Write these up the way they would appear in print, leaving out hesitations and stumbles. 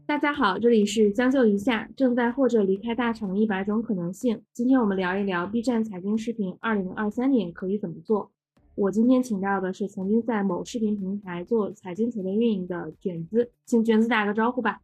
大家好，这里是将就一下，正在或者离开大厂的100种可能性。今天我们聊一聊 B 站财经视频2023年可以怎么做。我今天请到的是曾经在某视频平台做财经垂类运营的卷子，请卷子打个招呼吧。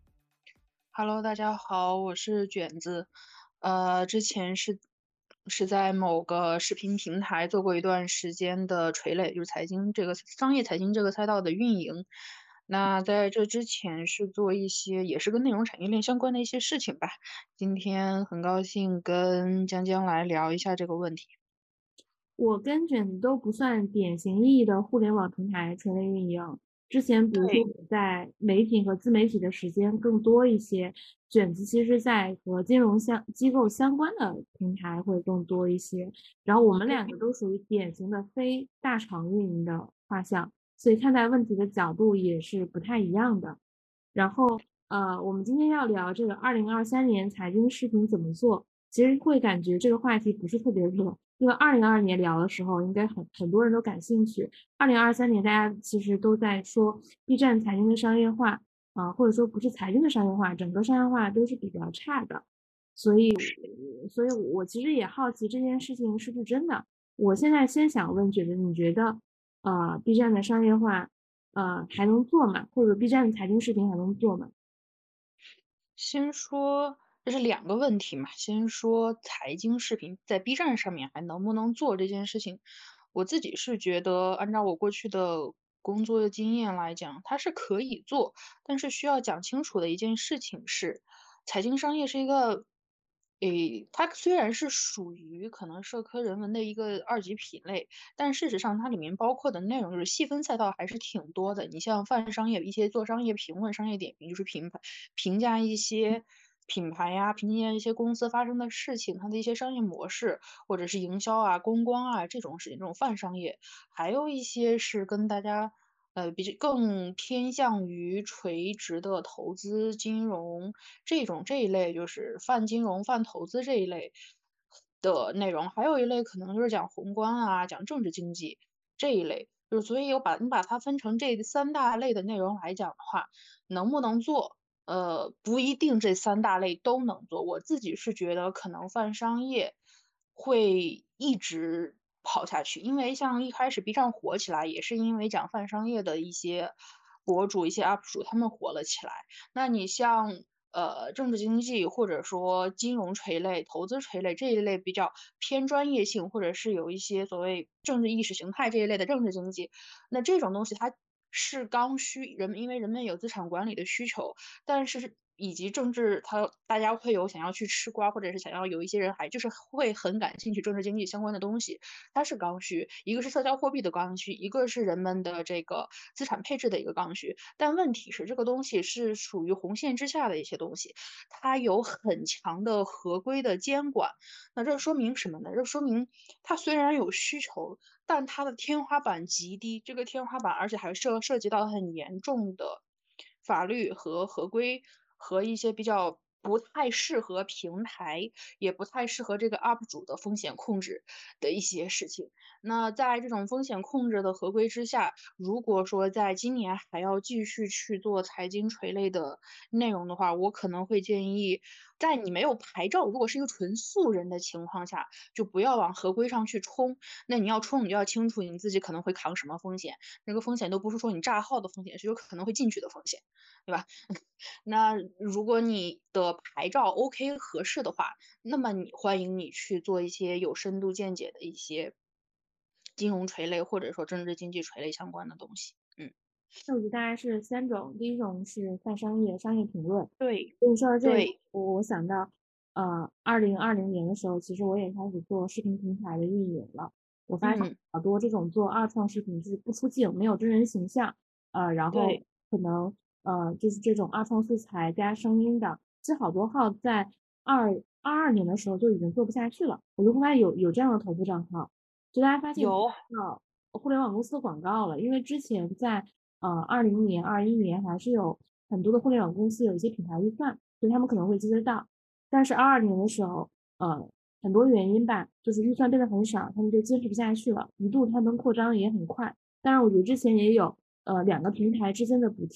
Hello，大家好，我是卷子。之前是在某个视频平台做过一段时间的垂类，就是财经这个商业财经这个赛道的运营。那在这之前是做一些也是跟内容产业链相关的一些事情吧。今天很高兴跟江江来聊一下这个问题。 我跟卷子都不算典型意义的互联网平台垂类运营。之前，比如说对， 我在媒体和自媒体的时间更多一些，卷子其实在和金融机构相关的平台会更多一些。然后我们两个都属于典型的非大厂运营的画像，所以看待问题的角度也是不太一样的。然后，我们今天要聊这个2023年财经视频怎么做，其实会感觉这个话题不是特别热。因为2022年聊的时候，应该很多人都感兴趣。2023年大家其实都在说 B 站财经的商业化，或者说不是财经的商业化，整个商业化都是比较差的。所以我其实也好奇这件事情是不是真的。我现在先想问觉得你觉得，B 站的商业化，还能做吗？或者 B 站的财经视频还能做吗？ 先说这是两个问题嘛，先说财经视频在 B 站上面还能不能做这件事情，我自己是觉得按照我过去的工作的经验来讲，它是可以做，但是需要讲清楚的一件事情是，财经商业是一个，它虽然是属于可能社科人文的一个二级品类，但事实上它里面包括的内容就是细分赛道还是挺多的。你像泛商业一些做商业评论、商业点评，就是评价一些品牌呀，评价一些公司发生的事情，它的一些商业模式，或者是营销啊、公关啊这种事情，这种泛商业。还有一些是跟大家比较更偏向于垂直的投资金融这一类，就是泛金融、泛投资这一类的内容。还有一类可能就是讲宏观啊、讲政治经济这一类。就是所以你把它分成这三大类的内容来讲的话，能不能做？不一定这三大类都能做。我自己是觉得可能泛商业会一直跑下去，因为像一开始 B 站火起来，也是因为讲泛商业的一些博主、一些 UP 主他们火了起来。那你像政治经济或者说金融垂类、投资垂类这一类比较偏专业性，或者是有一些所谓政治意识形态这一类的政治经济，那这种东西它是刚需，因为人们有资产管理的需求，但是以及政治，大家会有想要去吃瓜，或者是想要有一些人还就是会很感兴趣政治经济相关的东西，它是刚需。一个是社交货币的刚需，一个是人们的这个资产配置的一个刚需。但问题是，这个东西是属于红线之下的一些东西，它有很强的合规的监管。那这说明什么呢？这说明它虽然有需求，但它的天花板极低。这个天花板，而且还涉及到很严重的法律和合规，和一些比较不太适合平台，也不太适合这个 UP 主的风险控制的一些事情。那在这种风险控制的合规之下，如果说在今年还要继续去做财经垂类的内容的话，我可能会建议，在你没有牌照，如果是一个纯素人的情况下，就不要往合规上去冲。那你要冲，你就要清楚你自己可能会扛什么风险，那个风险都不是说你炸号的风险，是有可能会进去的风险，对吧？那如果你的牌照 OK 合适的话，那么欢迎你去做一些有深度见解的一些金融垂类或者说政治经济垂类相关的东西。嗯， 那我觉得大概是3种，第一种是泛商业、商业评论。 对跟你说到这个， 对， 我想到，2020年的时候，其实我也开始做视频平台的运营了。我发现嗯， 好多这种做二创视频就是不出镜，没有真人形象，然后对， 可能就是这种二创素材加声音的，其实好多号在2022年的时候就已经做不下去了。我就后来有这样的头部账号，就大家发现不有， 要互联网公司的广告了，因为之前在20年、21年还是有很多的互联网公司有一些品牌预算，所以他们可能会接得到。但是22年的时候，呃，很多原因吧，就是预算变得很少，他们就坚持不下去了。一度他们扩张也很快，当然我觉得之前也有2个平台之间的补贴，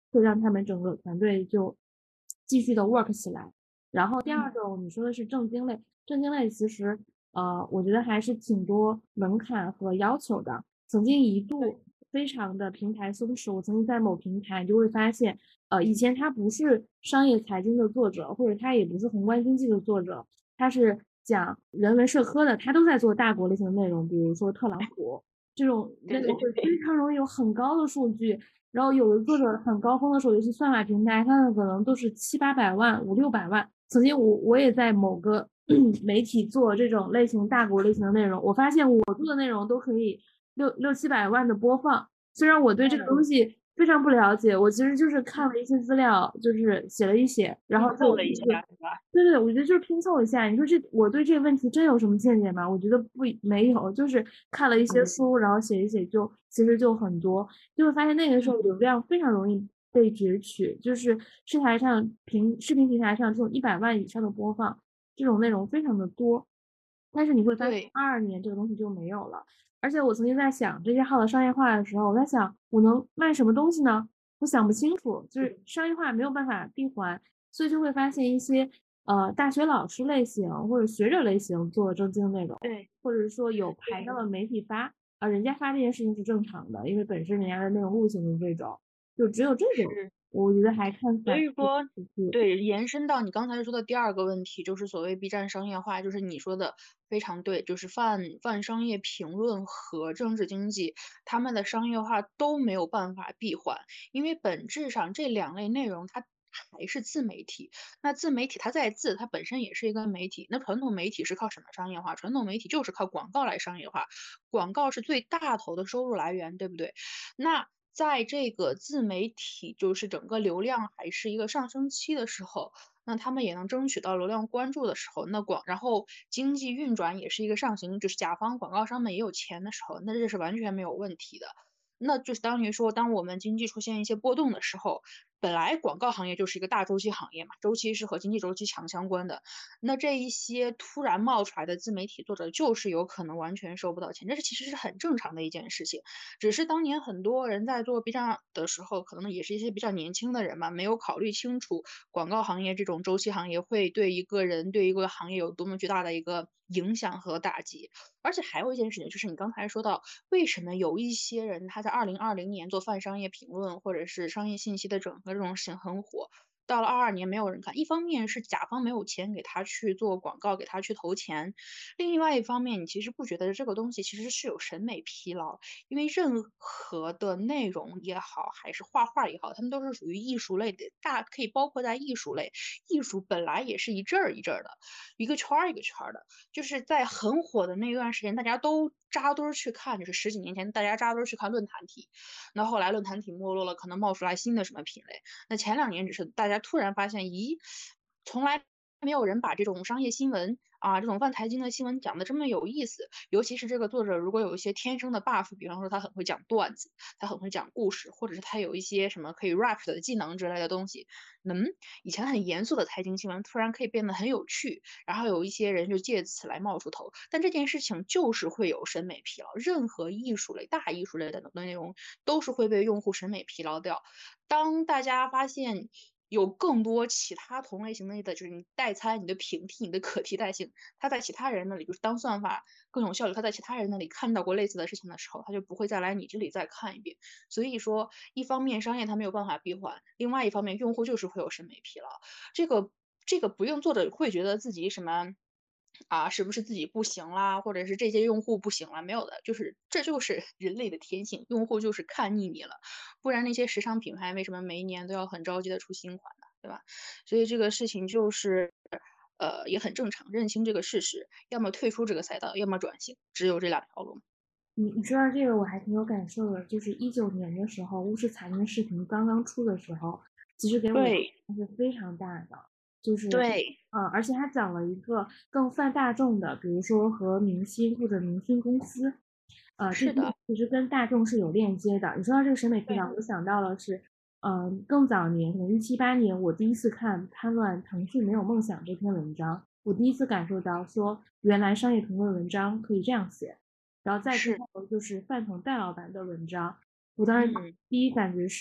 会让他们整个团队就继续的 work 起来。然后第二种你说的是正经类，正经类其实我觉得还是挺多门槛和要求的。曾经一度非常的平台松弛，我曾经在某平台就会发现，以前他不是商业财经的作者，或者他也不是宏观经济的作者，他是讲人文社科的，他都在做大国类型的内容，比如说特朗普这种内对对容会非对， 常容易有很高的数据。然后有的作者很高峰的时候，尤其算法平台，他们可能都是700-800万、500-600万。曾经我也在某个媒体做这种类型大国类型的内容，我发现我做的内容都可以600-700万的播放。虽然我对这个嗯， 东西非常不了解，我其实就是看了一些资料，就是写了一写，然后拼凑了一下， 就就是是吧？ 对对，我觉得就是拼凑一下。你说我对这个问题真有什么见解吗？我觉得没有，就是看了一些书，然后写一写就其实就很多，就会发现那个时候流量非常容易被攫取，就是视频平台上这种100万以上的播放，这种内容非常的多。但是你会发现对， 22年这个东西就没有了。而且我曾经在想这些号的商业化的时候，我在想我能卖什么东西呢？我想不清楚，就是商业化没有办法闭环，所以就会发现一些大学老师类型或者学者类型做正经内容， 对或者是说有排到了媒体发人家发这件事情是正常的，因为本身人家的内容路线就是这种，就只有这种， 是。 我觉得还看所反以说， 是对，延伸到你刚才说的第二个问题，就是所谓 B 站商业化，就是你说的非常对，就是泛商业评论和政治经济，他们的商业化都没有办法闭环，因为本质上这两类内容它还是自媒体。那自媒体它在自，它本身也是一个媒体。那传统媒体是靠什么商业化？传统媒体就是靠广告来商业化，广告是最大头的收入来源，对不对？那在这个自媒体就是整个流量还是一个上升期的时候，那他们也能争取到流量关注的时候，然后经济运转也是一个上行，就是甲方广告商们也有钱的时候，那这是完全没有问题的。那就是当于说，当我们经济出现一些波动的时候，本来广告行业就是一个大周期行业嘛，周期是和经济周期强相关的。那这一些突然冒出来的自媒体作者，就是有可能完全收不到钱，这其实是很正常的一件事情。只是当年很多人在做 B 站的时候，可能也是一些比较年轻的人嘛，没有考虑清楚广告行业这种周期行业会对一个人、对一个行业有多么巨大的一个影响和打击。而且还有一件事情，就是你刚才说到，为什么有一些人他在2020年做泛商业评论或者是商业信息的整合这种事情很火，到了22年没有人看。一方面是甲方没有钱给他去做广告，给他去投钱；另外一方面，你其实不觉得这个东西其实是有审美疲劳，因为任何的内容也好，还是画画也好，它们都是属于艺术类的，可以包括在艺术类。艺术本来也是一阵儿一阵儿的，一个圈儿一个圈儿的。就是在很火的那段时间，大家都扎堆儿去看，就是十几年前大家扎堆儿去看论坛体，那后来论坛体没落了，可能冒出来新的什么品类。那前2年只是大家突然发现，咦，从来没有人把这种商业新闻啊，这种泛财经的新闻讲的这么有意思。尤其是这个作者如果有一些天生的 buff，比方说他很会讲段子，他很会讲故事，或者是他有一些什么可以 rap 的技能之类的东西，以前很严肃的财经新闻突然可以变得很有趣，然后有一些人就借此来冒出头。但这件事情就是会有审美疲劳，任何艺术类、大艺术类的内容都是会被用户审美疲劳掉。当大家发现有更多其他同类型的，就是你代餐、你的平替、你的可替代性，它在其他人那里就是当算法更有效率，他在其他人那里看到过类似的事情的时候，他就不会再来你这里再看一遍。所以说，一方面商业它没有办法闭环，另外一方面用户就是会有审美疲劳。这个不用作者会觉得自己什么啊，是不是自己不行啦，或者是这些用户不行了，没有的，这就是人类的天性，用户就是看腻你了，不然那些时尚品牌为什么每一年都要很着急的出新款呢，对吧？所以这个事情就是，也很正常，认清这个事实，要么退出这个赛道，要么转型，只有这2条路。 你说到这个，我还挺有感受的。就是19年的时候，乌市财经视频刚刚出的时候，其实给我对是非常大的。就是， 对， 而且他讲了一个更泛大众的，比如说和明星或者明星公司，这些是的， 其实跟大众是有链接的。你说到这个审美疲对， 劳，我想到了是，更早年，可能17、18年，我第一次看潘乱《腾讯没有梦想》这篇文章，我第一次感受到说，原来商业评论文章可以这样写。然后再之是， 后就是饭桶戴老板的文章，我当时嗯， 第一感觉是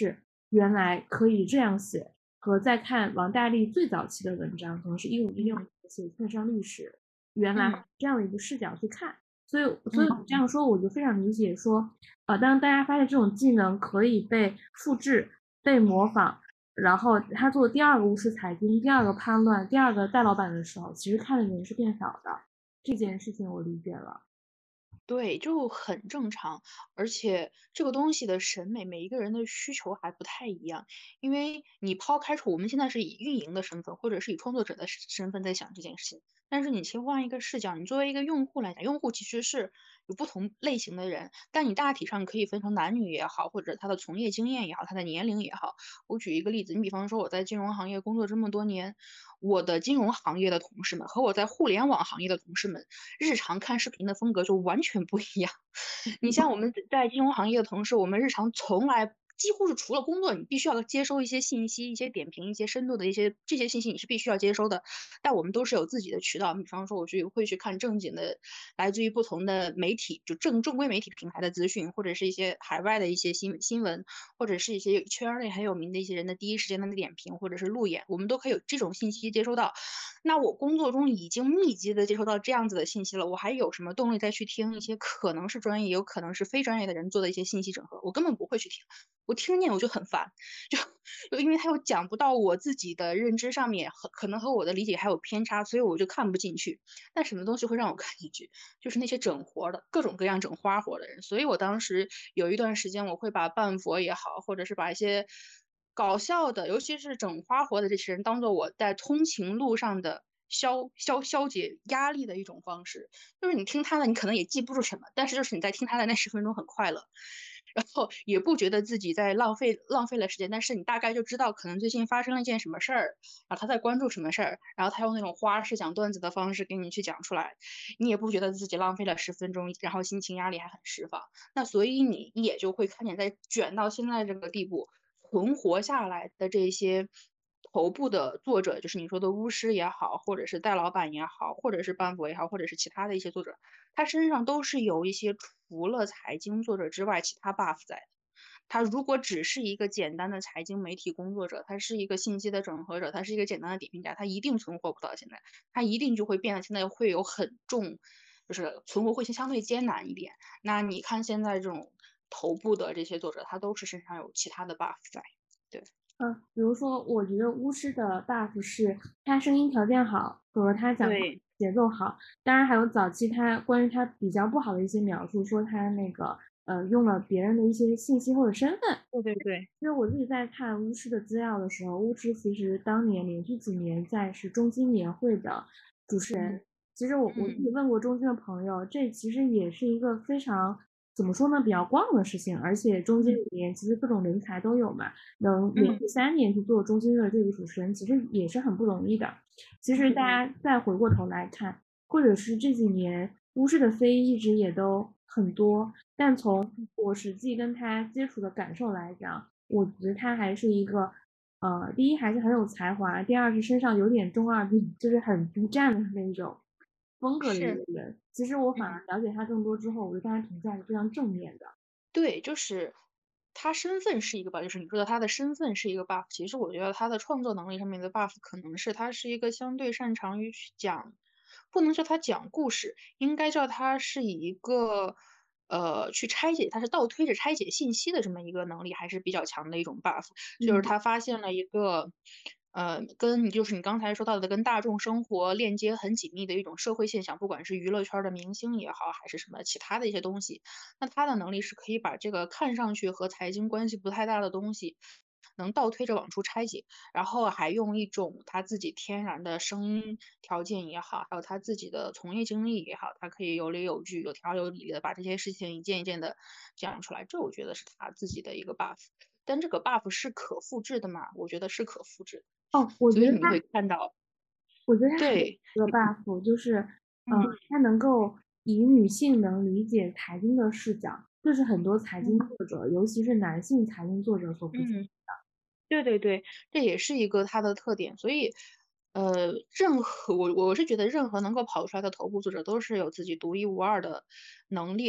原来可以这样写，和再看王大力最早期的文章，可能是1516年写券商历史，原来这样的一个视角去看。所以我这样说，我就非常理解说，当大家发现这种技能可以被复制、被模仿，然后他做第二个巫师财经、第二个叛乱、第二个大老板的时候，其实看的人是变少的。这件事情我理解了。 对，就很正常，而且这个东西的审美，每一个人的需求还不太一样。因为你抛开出我们现在是以运营的身份，或者是以创作者的身份在想这件事情，但是你切换一个视角，你作为一个用户来讲，用户其实是有不同类型的人，但你大体上可以分成男女也好，或者他的从业经验也好，他的年龄也好。我举一个例子，你比方说我在金融行业工作这么多年，我的金融行业的同事们和我在互联网行业的同事们，日常看视频的风格就完全不一样。你像我们在金融行业的同事，我们日常从来几乎是除了工作，你必须要接收一些信息、一些点评、一些深度的一些这些信息，你是必须要接收的。但我们都是有自己的渠道，你比方说，会去看正经的，来自于不同的媒体，就正规媒体平台的资讯，或者是一些海外的一些新闻，或者是一些圈内很有名的一些人的第一时间的点评，或者是路演，我们都可以有这种信息接收到。那我工作中已经密集的接收到这样子的信息了，我还有什么动力再去听一些可能是专业，也有可能是非专业的人做的一些信息整合？我根本不会去听，我听见我就很烦，就就因为他又讲不到我自己的认知上面，可能和我的理解还有偏差，所以我就看不进去。但什么东西会让我看进去？就是那些整活的，各种各样整花活的人。所以我当时有一段时间，我会把半佛也好，或者是把一些搞笑的，尤其是整花活的这些人，当做我在通勤路上的消解压力的一种方式。就是你听他的，你可能也记不住什么，但是就是你在听他的那10分钟很快乐。然后也不觉得自己在浪费了时间，但是你大概就知道可能最近发生了一件什么事儿，然后他在关注什么事儿，然后他用那种花式讲段子的方式给你去讲出来，你也不觉得自己浪费了10分钟，然后心情压力还很释放。那所以你也就会看见，在卷到现在这个地步，存活下来的这些头部的作者，就是你说的巫师也好，或者是戴老板也好，或者是班博也好，或者是其他的一些作者，他身上都是有一些除了财经作者之外其他 buff 在的。他如果只是一个简单的财经媒体工作者，他是一个信息的整合者，他是一个简单的点评家，他一定存活不到现在，他一定就会变得现在会有很重，就是存活会相对艰难一点。那你看现在这种头部的这些作者，他都是身上有其他的 buff 在。对， 比如说，我觉得巫师的 buff 是他声音条件好和他讲话对， 节奏好，当然还有早期他关于他比较不好的一些描述，说他那个用了别人的一些信息或者身份。 对对对， 因为我自己在看巫师的资料的时候，巫师其实当年连续几年在是中金年会的主持人。其实我自己问过中金的朋友，这其实也是一个非常怎么说呢，比较光荣的事情。而且中金里面其实各种人才都有嘛，能连续3年去做中金的这个主持人，其实也是很不容易的。其实大家再回过头来看，或者是这几年巫师的非一直也都很多，但从我实际跟他接触的感受来讲，我觉得他还是一个，第一还是很有才华，第二是身上有点中二病，就是很 B 站的那种风格的一是， 个人。其实我反而了解他更多之后，我对他评价是非常正面的。 对，就是他身份是一个 buff，就是你说的他的身份是一个 buff。其实我觉得他的创作能力上面的 buff，可能是他是一个相对擅长于去讲，不能叫他讲故事，应该叫他是以一个去拆解，他是倒推着拆解信息的这么一个能力，还是比较强的一种 buff。就是嗯。 他发现了一个。就是你刚才说到的，跟大众生活链接很紧密的一种社会现象，不管是娱乐圈的明星也好，还是什么其他的一些东西，那他的能力是可以把这个看上去和财经关系不太大的东西，能倒推着往出拆解，然后还用一种他自己天然的声音条件也好，还有他自己的从业经历也好，他可以有理有据、有条有理的把这些事情一件一件的讲出来，这我觉得是他自己的一个 buff。但这个 buff 是可复制的吗？我觉得是可复制的。 哦，我觉得他， 所以你会看到， 我觉得他还有对， 一个 buff，就是， 嗯他能够以女性能理解财经的视角，这是很多财经作者，尤其是男性财经作者所不具。 嗯。对对对，这也是一个它的特点。所以，任何我是觉得任何能够跑出来的头部作者都是有自己独一无二的能力的。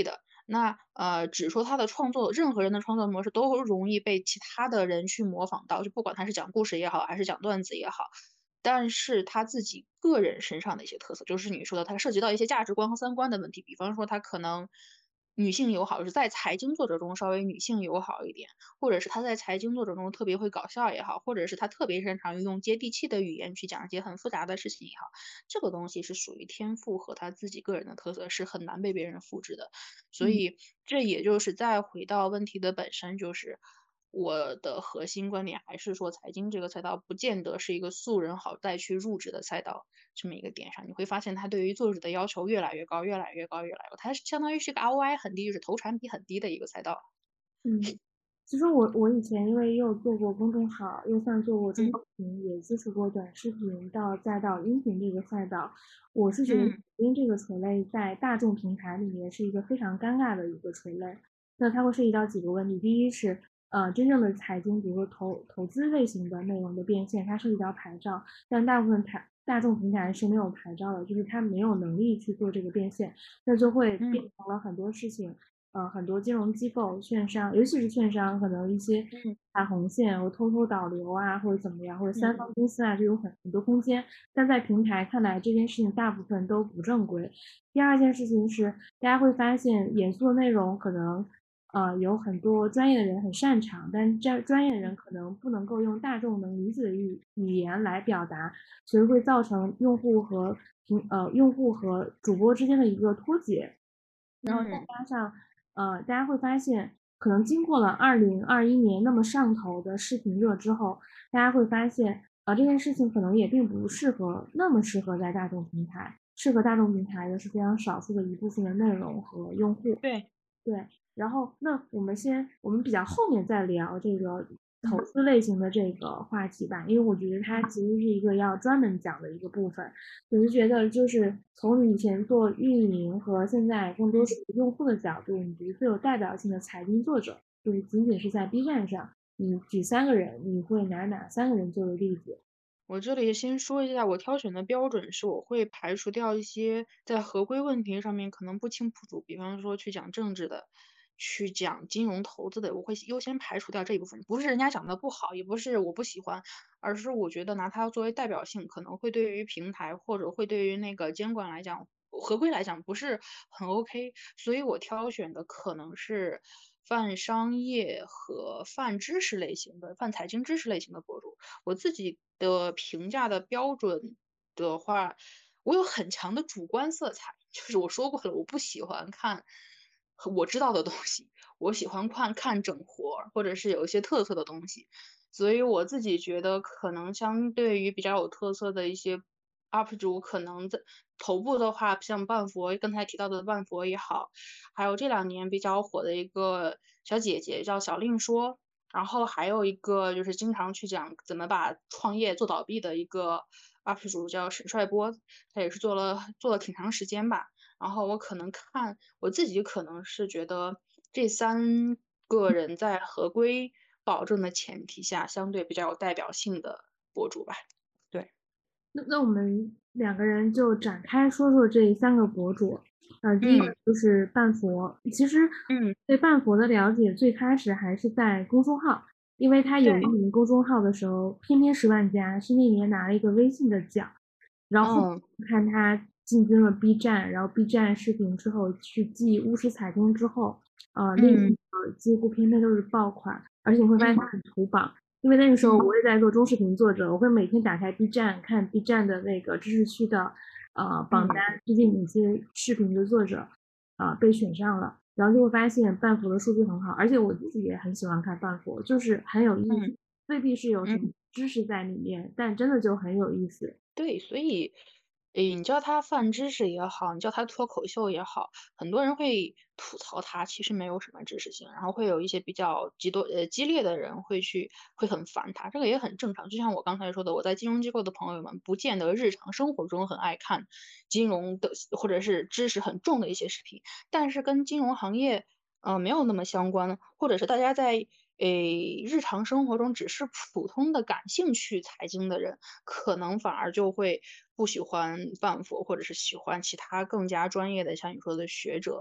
那只说他的创作，任何人的创作模式都容易被其他的人去模仿到，就不管他是讲故事也好，还是讲段子也好，但是他自己个人身上的一些特色，就是你说的，他涉及到一些价值观和三观的问题。比方说，他可能女性友好，就是在财经作者中稍微女性友好一点，或者是他在财经作者中特别会搞笑也好，或者是他特别擅长于用接地气的语言去讲一些很复杂的事情也好，这个东西是属于天赋和他自己个人的特色，是很难被别人复制的。所嗯。 以这也就是再回到问题的本身，就是我的核心观点还是说，财经这个赛道不见得是一个素人好再去入职的赛道，这么一个点上，你会发现它对于作者的要求越来越高，越来越高，越来越高，它相当于是个 ROI 很低，就是投产比很低的一个赛道。 嗯，其实我以前因为又做过公众号，又像做过中嗯高频，也接触过短视频再到音频这个赛道。我是觉得嗯音这个垂类在大众平台里面是一个非常尴尬的一个垂类。那它会涉及到几个问题，第一是真正的财经，比如说投资类型的内容的变现，它涉及到牌照，但大部分大众平台是没有牌照的，就是它没有能力去做这个变现，那就会变嗯成了很多事情。很多金融机构、券商，尤其是券商，可能一些嗯大红线或偷偷导流啊，或者怎么样，或者三嗯方公司啊，就有很多空间。但在平台看来，这件事情大部分都不正规。第二件事情是，大家会发现严肃的内容可能有很多专业的人很擅长，但这专业的人可能不能够用大众能理解的语言来表达，所以会造成用户和主播之间的一个脱节。然后再嗯加上大家会发现，可能经过了2021年那么上头的视频热之后，大家会发现，这件事情可能也并不那么适合在大众平台，适合大众平台的是非常少数的一部分的内容和用户。 对， 对，然后那我们比较后面再聊这个投嗯资类型的这个话题吧，因为我觉得它其实是一个要专门讲的一个部分。我就觉得，就是从你以前做运营和现在更多是嗯。 用户的角度，你觉得最有代表性的财经作者，就是仅仅是在 B 站上，你举3个人，你会拿哪3个人作为例子？ 我这里先说一下，我挑选的标准是我会排除掉一些在合规问题上面可能不清不楚，比方说去讲政治的，去讲金融投资的，我会优先排除掉这一部分。不是人家讲的不好，也不是我不喜欢，而是我觉得拿它作为代表性，可能会对于平台或者会对于那个监管来讲，合规来讲不是很 OK，所以我挑选的可能是泛商业和泛知识类型的、泛财经知识类型的博主。我自己的评价的标准的话，我有很强的主观色彩，就是我说过了，我不喜欢看我知道的东西，我喜欢看整活儿，或者是有一些特色的东西。所以我自己觉得，可能相对于比较有特色的一些 UP 主，可能在头部的话，像半佛刚才提到的半佛也好，还有这2年比较火的一个小姐姐叫小令说，然后还有一个就是经常去讲怎么把创业做倒闭的一个 UP 主叫沈帅波，他也是做了挺长时间吧。然后我自己可能是觉得这3个人在合规保证的前提下，相对比较有代表性的博主吧。对， 那我们2个人就展开说说这3个博主。第一个嗯就是半佛。其实嗯， 对半佛的了解最开始还是在公众号，因为他有一对， 名公众号的时候，偏偏10万加是那年拿了一个微信的奖。然后后嗯面看他进军了 B 站，然后 B 站视频之后去继巫师财经之后，那嗯几乎偏偏都是爆款，而且你会发现嗯他很土榜。因为那个时候嗯我也在做中视频作者，我会每天打开 B 站看 B 站的那个知识区的榜单， 嗯最近哪些视频的作者被选上了，然后就会发现半佛的数据很好，而且我自己也很喜欢看半佛，就是很有意思， 嗯未必是有什么嗯。 知识在里面，但真的就很有意思。 对，所以，你叫他泛知识也好，你叫他脱口秀也好，很多人会吐槽他其实没有什么知识性，然后会有一些比较激烈的人会很烦他，这个也很正常。就像我刚才说的，我在金融机构的朋友们不见得日常生活中很爱看金融的或者是知识很重的一些视频，但是跟金融行业没有那么相关，或者是大家在日常生活中只是普通的感兴趣财经的人。可能反而就会不喜欢半佛，或者是喜欢其他更加专业的，像你说的学者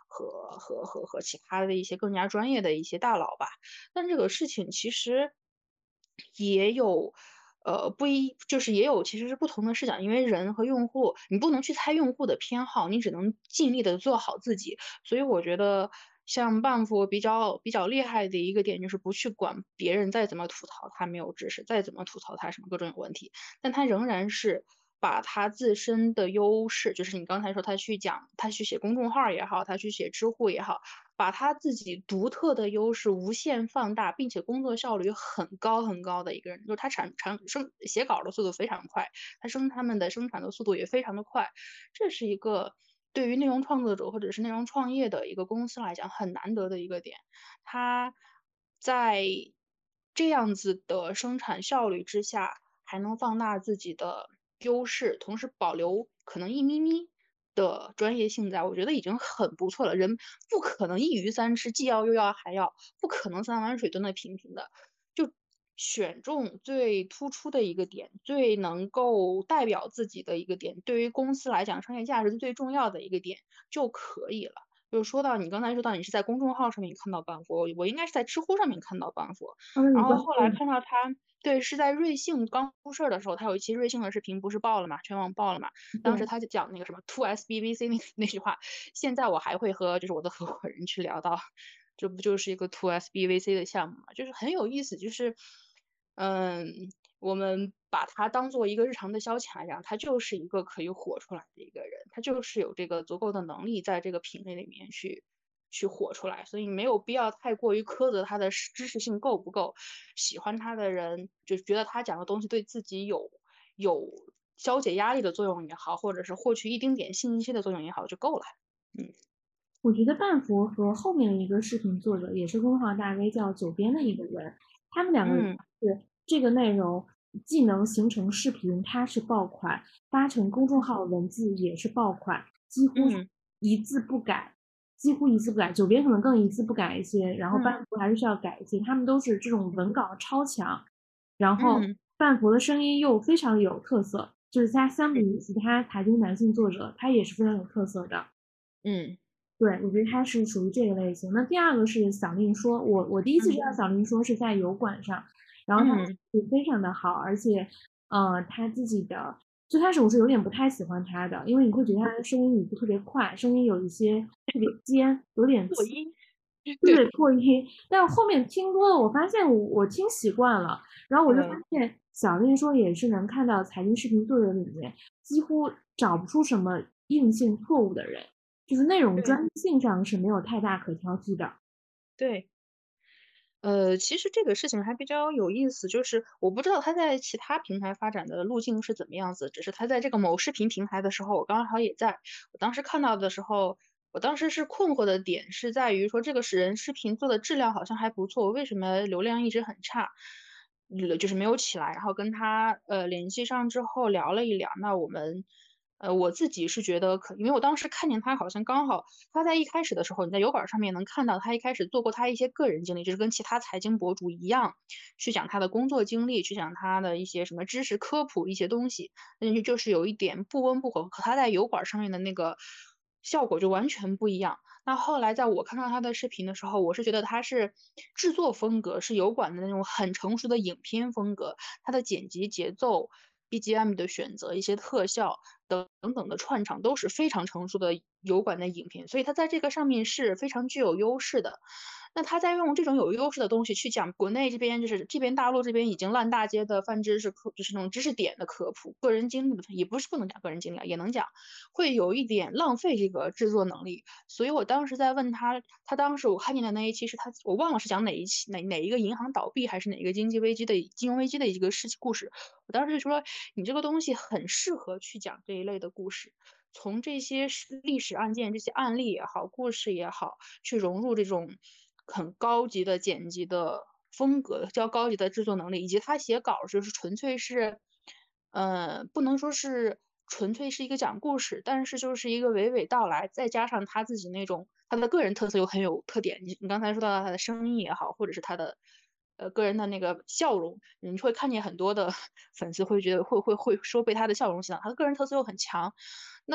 和其他的一些更加专业的一些大佬吧。但这个事情其实也有，就是也有其实是不同的视角，因为人和用户，你不能去猜用户的偏好，你只能尽力的做好自己。所以我觉得像半佛比较厉害的一个点，就是不去管别人再怎么吐槽他没有知识，再怎么吐槽他什么各种有问题，但他仍然是把他自身的优势，就是你刚才说他去讲，他去写公众号也好，他去写知乎也好，把他自己独特的优势无限放大，并且工作效率很高很高的一个人，就是他写稿的速度非常快，他们的生产的速度也非常的快，这是一个对于内容创作者或者是内容创业的一个公司来讲很难得的一个点。他在这样子的生产效率之下，还能放大自己的优势，同时保留可能一咪咪的专业性在，我觉得已经很不错了。人不可能一鱼三吃，既要又要还要，不可能三碗水端的平平的。就选中最突出的一个点，最能够代表自己的一个点，对于公司来讲商业价值最重要的一个点就可以了。就是说到你刚才说到你是在公众号上面看到班佛，我应该是在知乎上面看到班佛， 嗯，你然后关注了。 后来看到他对，是在瑞幸刚出事儿的时候，他有一期瑞幸的视频不是爆了嘛，全网爆了嘛。当时对， 他就讲那个什么 "2SBVC" 那句话，现在我还会和就是我的合伙人去聊到，这不就是一个 2SBVC 的项目嘛，就是很有意思，就是嗯，我们把它当做一个日常的消遣来讲，他就是一个可以火出来的一个人，他就是有这个足够的能力在这个品类里面去火出来，所以没有必要太过于苛责他的知识性够不够，喜欢他的人就觉得他讲的东西对自己有消解压力的作用也好，或者是获取一丁点信息的作用也好就够了。嗯我觉得半佛和后面的一个视频作者也是公号大 V 叫九编的一个人，他们两个人嗯是这个内容既能形成视频，它是爆款，发成公众号文字也是爆款，几乎嗯一字不改，几乎一字不改。九编可能更一字不改一些，然后嗯半佛还是需要改一些，他们都是这种文稿超强，然后嗯半佛的声音又非常有特色，就是他相比于其他财经男性作者，他也是非常有特色的。 嗯对，我觉得他是属于这个类型。那第二个是小令说，我第一次知嗯道小令说是在油管上，然后他嗯是非常的好，而且，他自己的最开始我是有点不太喜欢他的，因为你会觉得他的声音语速特别快，声音有一些特别尖，有点刺， 破音，对， 对，破音。但是后面听多了，我发现我听习惯了，然后我就发嗯。 现小令说也是能看到财经视频作者里面几乎找不出什么硬性错误的人。就是内容对专一性上是没有太大可挑剔的。 对，其实这个事情还比较有意思，就是我不知道他在其他平台发展的路径是怎么样子，只是他在这个某视频平台的时候，我刚好也在。我当时看到的时候，我当时是困惑的点是在于说，这个人视频做的质量好像还不错，为什么流量一直很差？就是没有起来。然后跟他联系上之后聊了一聊，那我自己是觉得因为我当时看见他好像刚好他在一开始的时候，你在油管上面能看到他一开始做过他一些个人经历，就是跟其他财经博主一样，去讲他的工作经历，去讲他的一些什么知识科普一些东西，就是有一点不温不火，和他在油管上面的那个效果就完全不一样。那后来在我看到他的视频的时候，我是觉得他是制作风格是油管的那种很成熟的影片风格，他的剪辑节奏、BGM 的选择、一些特效等等的串场都是非常成熟的油管的影片，所以他在这个上面是非常具有优势的。那他在用这种有优势的东西去讲国内这边，就是这边大陆这边已经烂大街的泛知识就是那种知识点的科普，个人经历的，也不是不能讲个人经历啊，也能讲，会有一点浪费这个制作能力。所以我当时在问他，他当时我看见的那一期是他，我忘了是讲哪一期哪一个银行倒闭还是哪一个金融危机的一个故事。我当时就说，你这个东西很适合去讲这一类的故事。从这些历史案件、这些案例也好、故事也好，去融入这种很高级的剪辑的风格、较高级的制作能力，以及他写稿就是纯粹是，不能说是纯粹是一个讲故事，但是就是一个娓娓道来，再加上他自己那种他的个人特色又很有特点。你刚才说到他的声音也好，或者是他的个人的那个笑容，你会看见很多的粉丝会觉得会说被他的笑容洗脑，他的个人特色又很强。那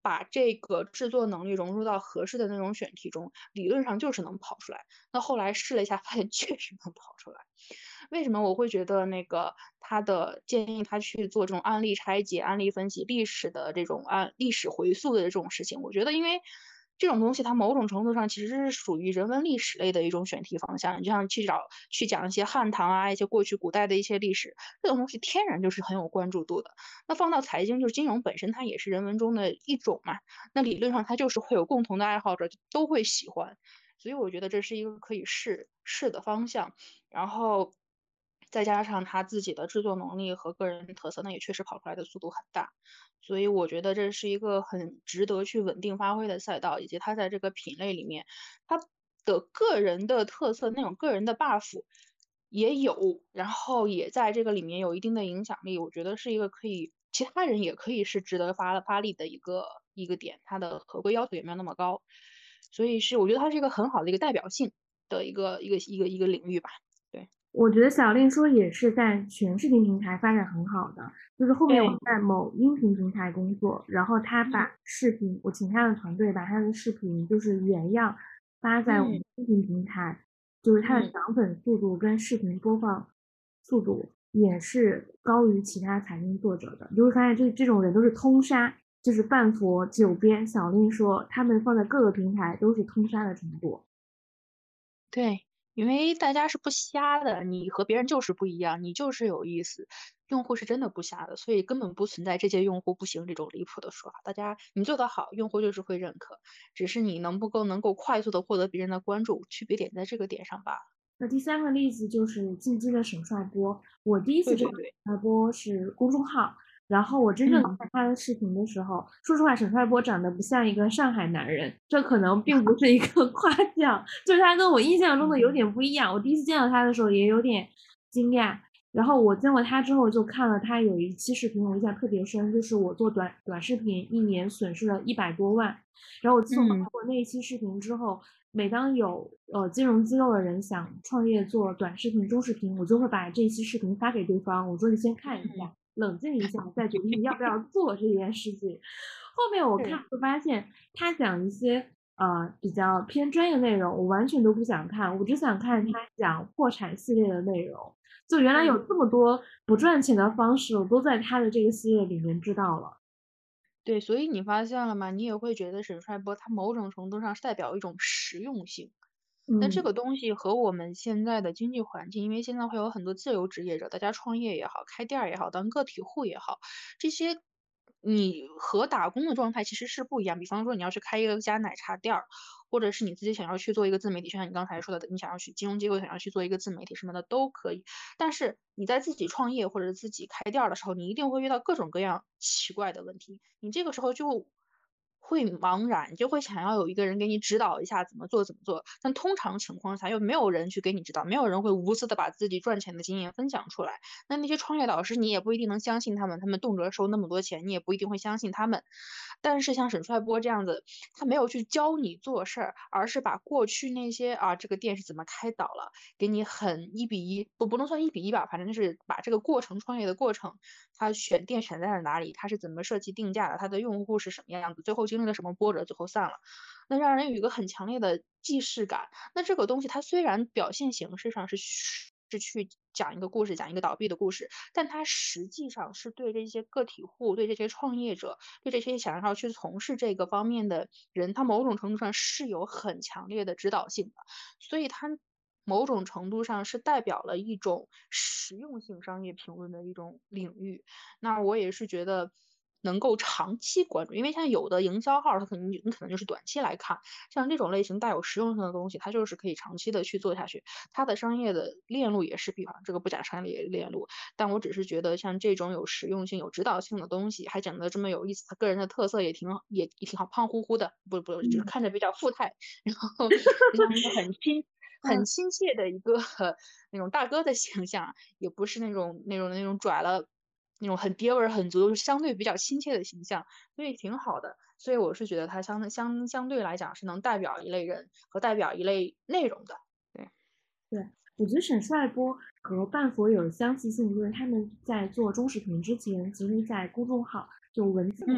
把这个制作能力融入到合适的那种选题中，理论上就是能跑出来。那后来试了一下，发现确实能跑出来。为什么我会觉得那个他的建议他去做这种案例拆解、案例分析、历史的这种历史回溯的这种事情？我觉得，因为这种东西它某种程度上其实是属于人文历史类的一种选题方向。你就像去讲一些汉唐啊，一些过去古代的一些历史，这种东西天然就是很有关注度的。那放到财经，就是金融本身它也是人文中的一种嘛，那理论上它就是会有共同的爱好者都会喜欢。所以我觉得这是一个可以试的方向。然后再加上他自己的制作能力和个人特色，那也确实跑出来的速度很大。所以我觉得这是一个很值得去稳定发挥的赛道，以及他在这个品类里面，他的个人的特色，那种个人的 buff 也有，然后也在这个里面有一定的影响力。我觉得是一个可以，其他人也可以是值得发力的一个点，它的合规要求也没有那么高，所以我觉得它是一个很好的一个代表性的一个领域吧。对我觉得小令说也是在全视频平台发展很好的，就是后面我对， 在某音频平台工作，然后他把嗯视频，我请他的团队把他的视频就是原样发在我们嗯音频平台，就是他的嗯。 涨粉速度跟视频播放速度也是高于其他财经作者的。你就会发现这种人都是通杀，就是半佛、九编、小令说他们放在各个平台都是通杀的程度。 对，因为大家是不瞎的，你和别人就是不一样，你就是有意思。用户是真的不瞎的，所以根本不存在这届用户不行这种离谱的说法。大家你做得好，用户就是会认可，只是你能够快速的获得别人的关注，区别点在这个点上罢了。 那第三个例子就是进击的沈帅波。我第一次知道沈对对对， 帅波是公众号，然后我真正嗯， 看他的视频的时候，说实话，沈帅波长得不像一个上海男人，这可能并不是一个夸奖，就是他跟我印象中的有点不一样。我第一次见到他的时候也有点惊讶。然后我见过他之后，就看了他有一期视频，我印象特别深，就是我做短视频一年损失了100多万。然后我自从看嗯， 过那一期视频之后，每当有金融机构的人想创业做短视频、中视频，我就会把这一期视频发给对方，我说你先看一下，冷静一下，再决定你要不要做这件事情。后面我看是， 会发现他讲一些比较偏专业内容，我完全都不想看，我只想看他嗯， 讲破产系列的内容。就原来有对。 这么多不赚钱的方式，我都在他的这个系列里面知道了。 对，所以你发现了吗？你也会觉得沈帅波他某种程度上是代表一种实用性。那这嗯， 个东西和我们现在的经济环境，因为现在会有很多自由职业者，大家创业也好，开店儿也好，当个体户也好，这些你和打工的状态其实是不一样。比方说你要去开一家奶茶店儿，或者是你自己想要去做一个自媒体，就像你刚才说的，你想要去金融机构想要去做一个自媒体什么的都可以。但是你在自己创业或者自己开店儿的时候，你一定会遇到各种各样奇怪的问题，你这个时候就会茫然，你就会想要有一个人给你指导一下怎么做怎么做。但通常情况下又没有人去给你指导，没有人会无私的把自己赚钱的经验分享出来。那些创业导师你也不一定能相信他们，他们动辄收那么多钱，你也不一定会相信他们。但是像沈帅波这样子，他没有去教你做事儿，而是把过去那些这个店是怎么开导了，给你很1:1，不能算1:1吧，反正就是把这个过程创业的过程，他选店选在了哪里，他是怎么设计定价的，他的用户是什么样子，最后经历了什么波折，最后散了，那让人有一个很强烈的既视感。那这个东西它虽然表现形式上是去讲一个故事，讲一个倒闭的故事，但它实际上是对这些个体户、对这些创业者、对这些想要去从事这个方面的人，他某种程度上是有很强烈的指导性的。所以它某种程度上是代表了一种实用性商业评论的一种领域。那我也是觉得能够长期关注，因为像有的营销号，它可能就是短期来看，像这种类型带有实用性的东西，它就是可以长期的去做下去。它的商业的链路也是闭环，这个不讲商业链路，但我只是觉得像这种有实用性、有指导性的东西，还讲得这么有意思，他个人的特色也挺好，胖乎乎的，不，就是嗯看着比较富态，然后就像一个很嗯， 亲切的一个那种大哥的形象，也不是那种拽了。那种很爹味儿很足，就是相对比较亲切的形象，所以挺好的。所以我是觉得他相对来讲是能代表一类人和代表一类内容的。对， 对，我觉得沈帅波和半佛有相似性，就是他们在做中视频之前，其实在公众号就文字媒体嗯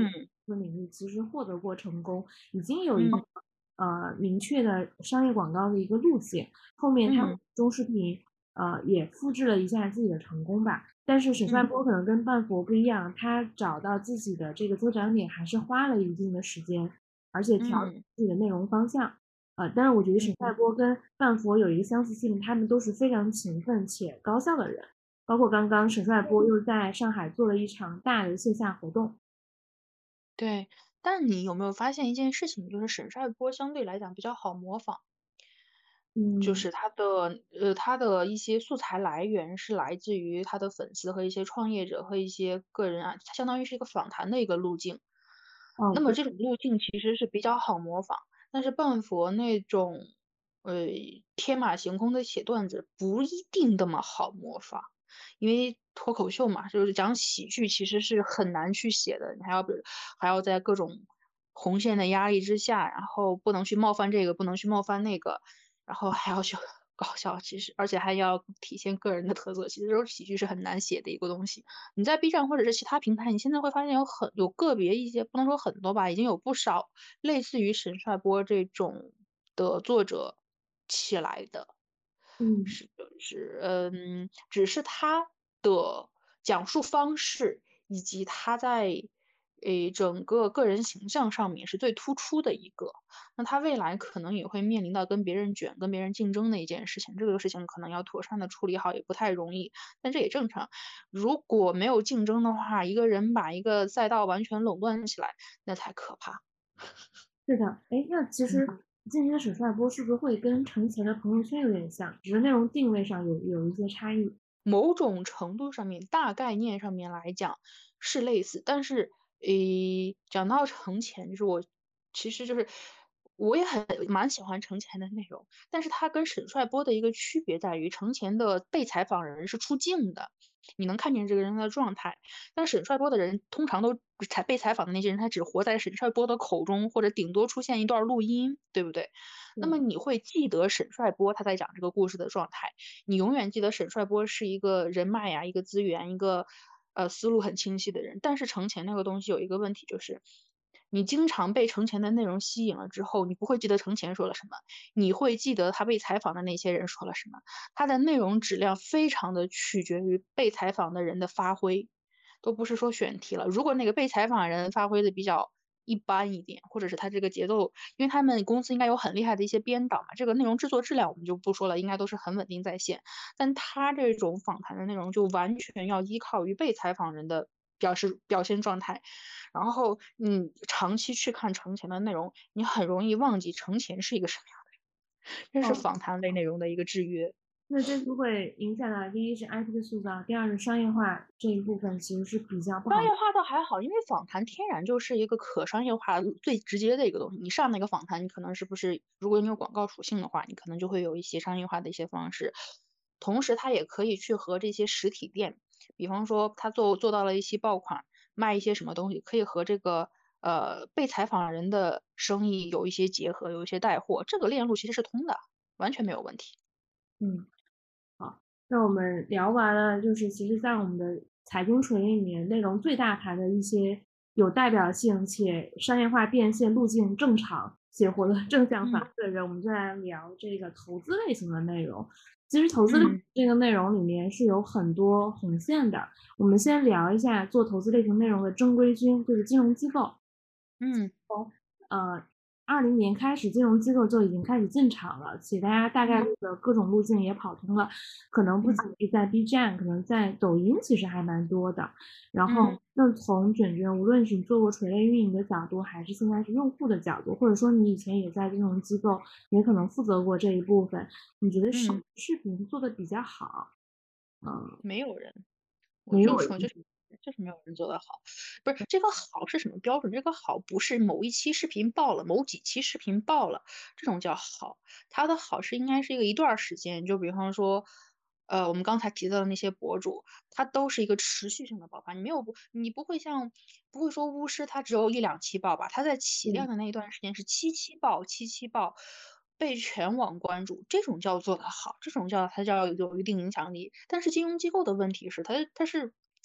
资领域其实获得过成功，已经有一个嗯明确的商业广告的一个路线。后面他们嗯中视频也复制了一下自己的成功吧。但是沈帅嗯波可能跟半佛不一样，他找到自己的这个增长点还是花了一定的时间，而且调整嗯自己的内容方向。但是我觉得嗯。 沈帅波跟半佛有一个相似性，他们都是非常勤奋且高效的人。包括刚刚沈帅波又在上海做了一场大的线下活动。 对，但你有没有发现一件事情，就是沈帅波相对来讲比较好模仿，就嗯， 是他的一些素材来源是来自于他的粉丝和一些创业者和一些个人啊，它相当于是一个访谈的一个路径。 哦，对， 那么这种路径其实是比较好模仿，但是半佛那种，呃，天马行空的写段子不一定那么好模仿，因为脱口秀嘛，就是讲喜剧其实是很难去写的，你还要在各种红线的压力之下，然后不能去冒犯这个，不能去冒犯那个，然后还要去搞笑，其实而且还要体现个人的特色，其实这种喜剧是很难写的一个东西。你在 B 站或者是其他平台，你现在会发现有个别一些，不能说很多吧，已经有不少类似于沈帅波这种的作者起来的。 嗯只是他的讲述方式以及他在整个个人形象上面是最突出的一个。那他未来可能也会面临到跟别人卷、跟别人竞争的一件事情，这个事情可能要妥善的处理好，也不太容易，但这也正常。如果没有竞争的话，一个人把一个赛道完全垄断起来，那才可怕。 是的。哎，那其实今天的沈帅波是不是会跟程前的朋友圈有点像，只是内容定位上有一些差异？ 某种程度上面，大概念上面来讲是类似，但是，讲到程前，就是其实就是我也蛮喜欢程前的内容，但是他跟沈帅波的一个区别在于，程前的被采访人是出镜的，你能看见这个人的状态，但沈帅波的人通常都被采访的那些人，他只活在沈帅波的口中，或者顶多出现一段录音，对不对？那么对， 你会记得沈帅波他在讲这个故事的状态。你永远记得沈帅波是一个人脉呀、一个资源、一个思路很清晰的人。但是程前那个东西有一个问题，就是你经常被程前的内容吸引了之后，你不会记得程前说了什么，你会记得他被采访的那些人说了什么。他的内容质量非常的取决于被采访的人的发挥。都不是说选题了。如果那个被采访人发挥的比较一般一点，或者是他这个节奏，因为他们公司应该有很厉害的一些编导嘛，这个内容制作质量我们就不说了，应该都是很稳定在线。但他这种访谈的内容就完全要依靠于被采访人的表现状态，然后你长期去看程前的内容，你很容易忘记程前是一个什么样的人，这是哦， 访谈类内容的一个制约。 那这就会影响到第一是 IP 的塑造，第二是商业化这一部分其实是比较不好。 商业化倒还好，因为访谈天然就是一个可商业化最直接的一个东西。你上那个访谈，你可能是不是，如果你有广告属性的话，你可能就会有一些商业化的一些方式。同时，它也可以去和这些实体店，比方说他做到了一些爆款，卖一些什么东西，可以和这个被采访人的生意有一些结合，有一些带货，这个链路其实是通的，完全没有问题。 嗯。好，那我们聊完了，就是其实在我们的财经垂里面，内容最大牌的一些有代表性且商业化变现路径正常且活得正向反嗯馈的人，我们就来聊这个投资类型的内容。其实投资类嗯这个内容里面是有很多红线的。我们先聊一下做投资类型内容的正规军，就是金融机构。 嗯呃，2020年开始，金融机构就已经开始进场了，且大家大概嗯率的各种路径也跑通了，可能不嗯仅是在 B 站，可能在抖音其实还蛮多的。然后， 嗯那从卷卷，无论是你做过垂类运营的角度，还是现在是用户的角度，或者说你以前也在金融机构，也可能负责过这一部分，你觉得嗯， 视频做的比较好？嗯， 没有人。我没有， 就说就是没有人做得好，不是这个好是什么标准？这个好不是某一期视频爆了，某几期视频爆了，这种叫好。它的好是应该是一段时间，就比方说，我们刚才提到的那些博主，它都是一个持续性的爆发。你不会说巫师它只有一两期爆吧？它在起量嗯的那一段时间是七七爆，七七爆。被全网关注，这种叫做的好，这种它叫有一定影响力。但是金融机构的问题是，它是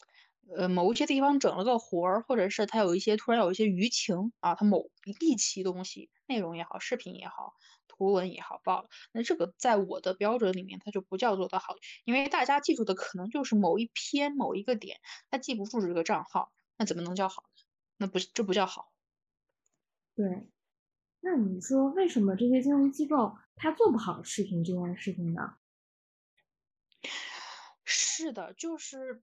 某一些地方整了个活儿，或者是他有一些突然有一些舆情啊，他某一期东西，内容也好，视频也好，图文也好爆了，那这个在我的标准里面，它就不叫做的好，因为大家记住的可能就是某一篇某一个点，他记不住这个账号，那怎么能叫好呢？那不是，这不叫好。 对。那你说为什么这些金融机构它做不好视频这件事情呢？ 是的，就是，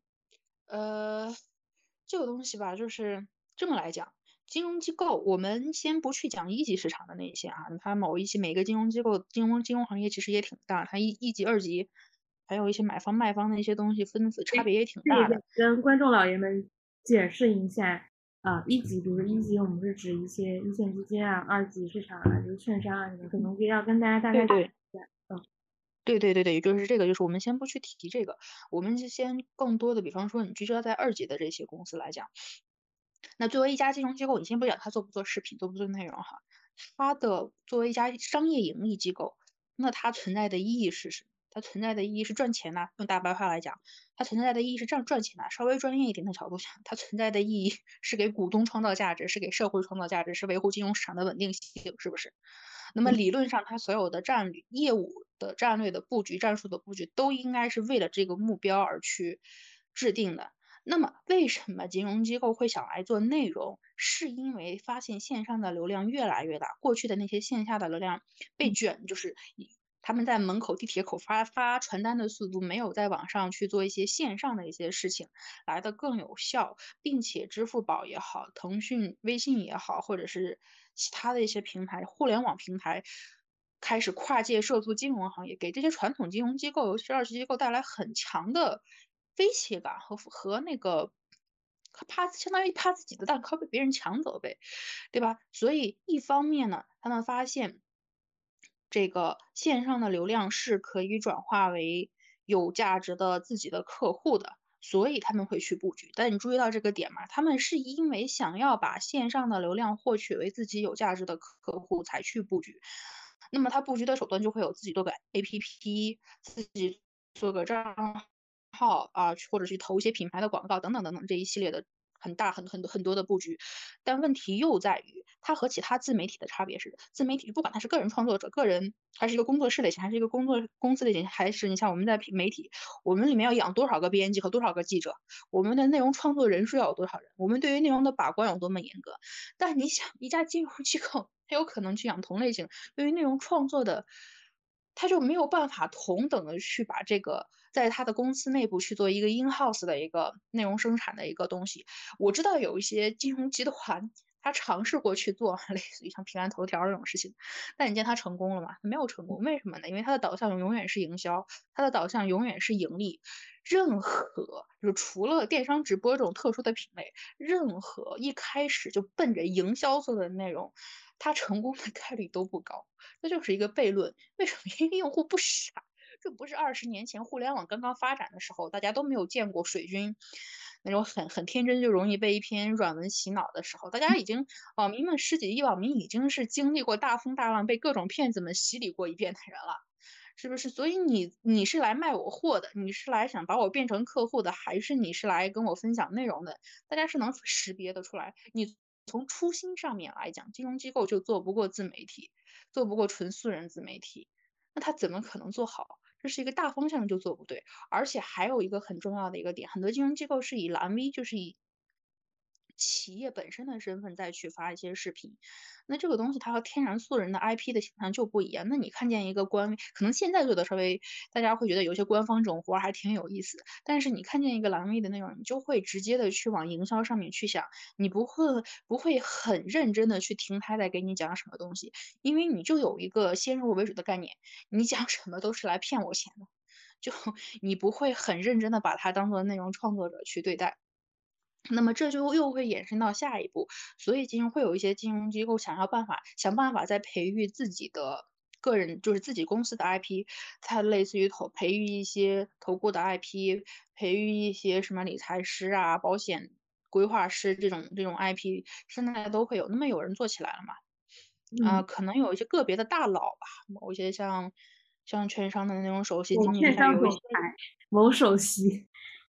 呃，这个东西吧，就是这么来讲，金融机构，我们先不去讲一级市场的那些啊，它某一些每个金融机构、金融行业其实也挺大，它一级、二级，还有一些买方卖方的一些东西分子差别也挺可以大的。 跟观众老爷们解释一下，一级，比如一级我们是指一些一线基金啊，二级市场啊，就是券商啊什么，可能要跟大家大概讲对对一下。 对对对对，就是这个，就是我们先不去提这个，我们就先更多的，比方说你聚焦在二级的这些公司来讲。那作为一家金融机构，你先不讲它做不做视频、做不做内容哈，它的作为一家商业盈利机构，那它存在的意义是什么？它存在的意义是赚钱呐、用大白话来讲，它存在的意义是赚钱呐、稍微专业一点的角度讲，它存在的意义是给股东创造价值，是给社会创造价值，是维护金融市场的稳定性，是不是？那么对， 理论上，它所有的业务的战略的布局、战术的布局，都应该是为了这个目标而去制定的。那么，为什么金融机构会想来做内容？是因为发现线上的流量越来越大，过去的那些线下的流量被嗯卷，就是他们在门口、地铁口发传单的速度，没有在网上去做一些线上的一些事情来的更有效，并且支付宝也好，腾讯、微信也好，或者是其他的一些平台，互联网平台。开始跨界涉足金融行业，给这些传统金融机构，尤其是二级机构带来很强的威胁感和那个相当于怕自己的蛋糕被别人抢走呗，对吧？所以一方面呢，他们发现这个线上的流量是可以转化为有价值的自己的客户的，所以他们会去布局。但你注意到这个点吗？他们是因为想要把线上的流量获取为自己有价值的客户才去布局。那么他布局的手段就会有自己做个 APP，自己做个账号啊，或者去投一些品牌的广告等等等等这一系列的很大很多的布局。但问题又在于，它和其他自媒体的差别是，自媒体不管他是个人创作者、个人还是一个工作室类型，还是一个公司类型，还是你像我们在媒体，我们里面要养多少个编辑和多少个记者，我们的内容创作人数要有多少人，我们对于内容的把关有多么严格。但你想，一家金融机构，它有可能去养同类型，对于内容创作的，他就没有办法同等的去把这个在他的公司内部去做一个 in house 的一个内容生产的一个东西。我知道有一些金融集团，他尝试过去做类似于像平安头条这种事情，但你见他成功了吗？他没有成功，为什么呢？因为他的导向永远是营销，他的导向永远是盈利。任何就是除了电商直播这种特殊的品类，任何一开始就奔着营销做的内容，它成功的概率都不高。这就是一个悖论。为什么？因为用户不傻。这不是20年前互联网刚刚发展的时候，大家都没有见过水军那种很天真就容易被一篇软文洗脑的时候，大家已经网民们十几亿网民已经是经历过大风大浪，被各种骗子们洗礼过一遍的人了。是不是？所以你是来卖我货的，你是来想把我变成客户的，还是你是来跟我分享内容的？大家是能识别得出来。你从初心上面来讲，金融机构就做不过自媒体，做不过纯素人自媒体，那他怎么可能做好？这是一个大方向就做不对，而且还有一个很重要的一个点，很多金融机构是以蓝 V，就是以企业本身的身份再去发一些视频，那这个东西它和天然素人的 IP 的形象就不一样。那你看见一个可能现在做的稍微，大家会觉得有些官方这种活还挺有意思，但是你看见一个蓝 V 的内容，你就会直接的去往营销上面去想，你不会很认真的去听他在给你讲什么东西，因为你就有一个先入为主的概念，你讲什么都是来骗我钱的，就你不会很认真的把它当做内容创作者去对待。那么这就又会衍生到下一步，所以会有一些金融机构想办法在培育自己的个人，就是自己公司的 IP，它类似于培育一些投顾的 IP，培育一些什么理财师啊、保险规划师这种 IP，现在都会有。那么有人做起来了嘛？ 嗯， 可能有一些个别的大佬吧，某一些像券商的那种首席我经理人， 券商有一些总裁某首席，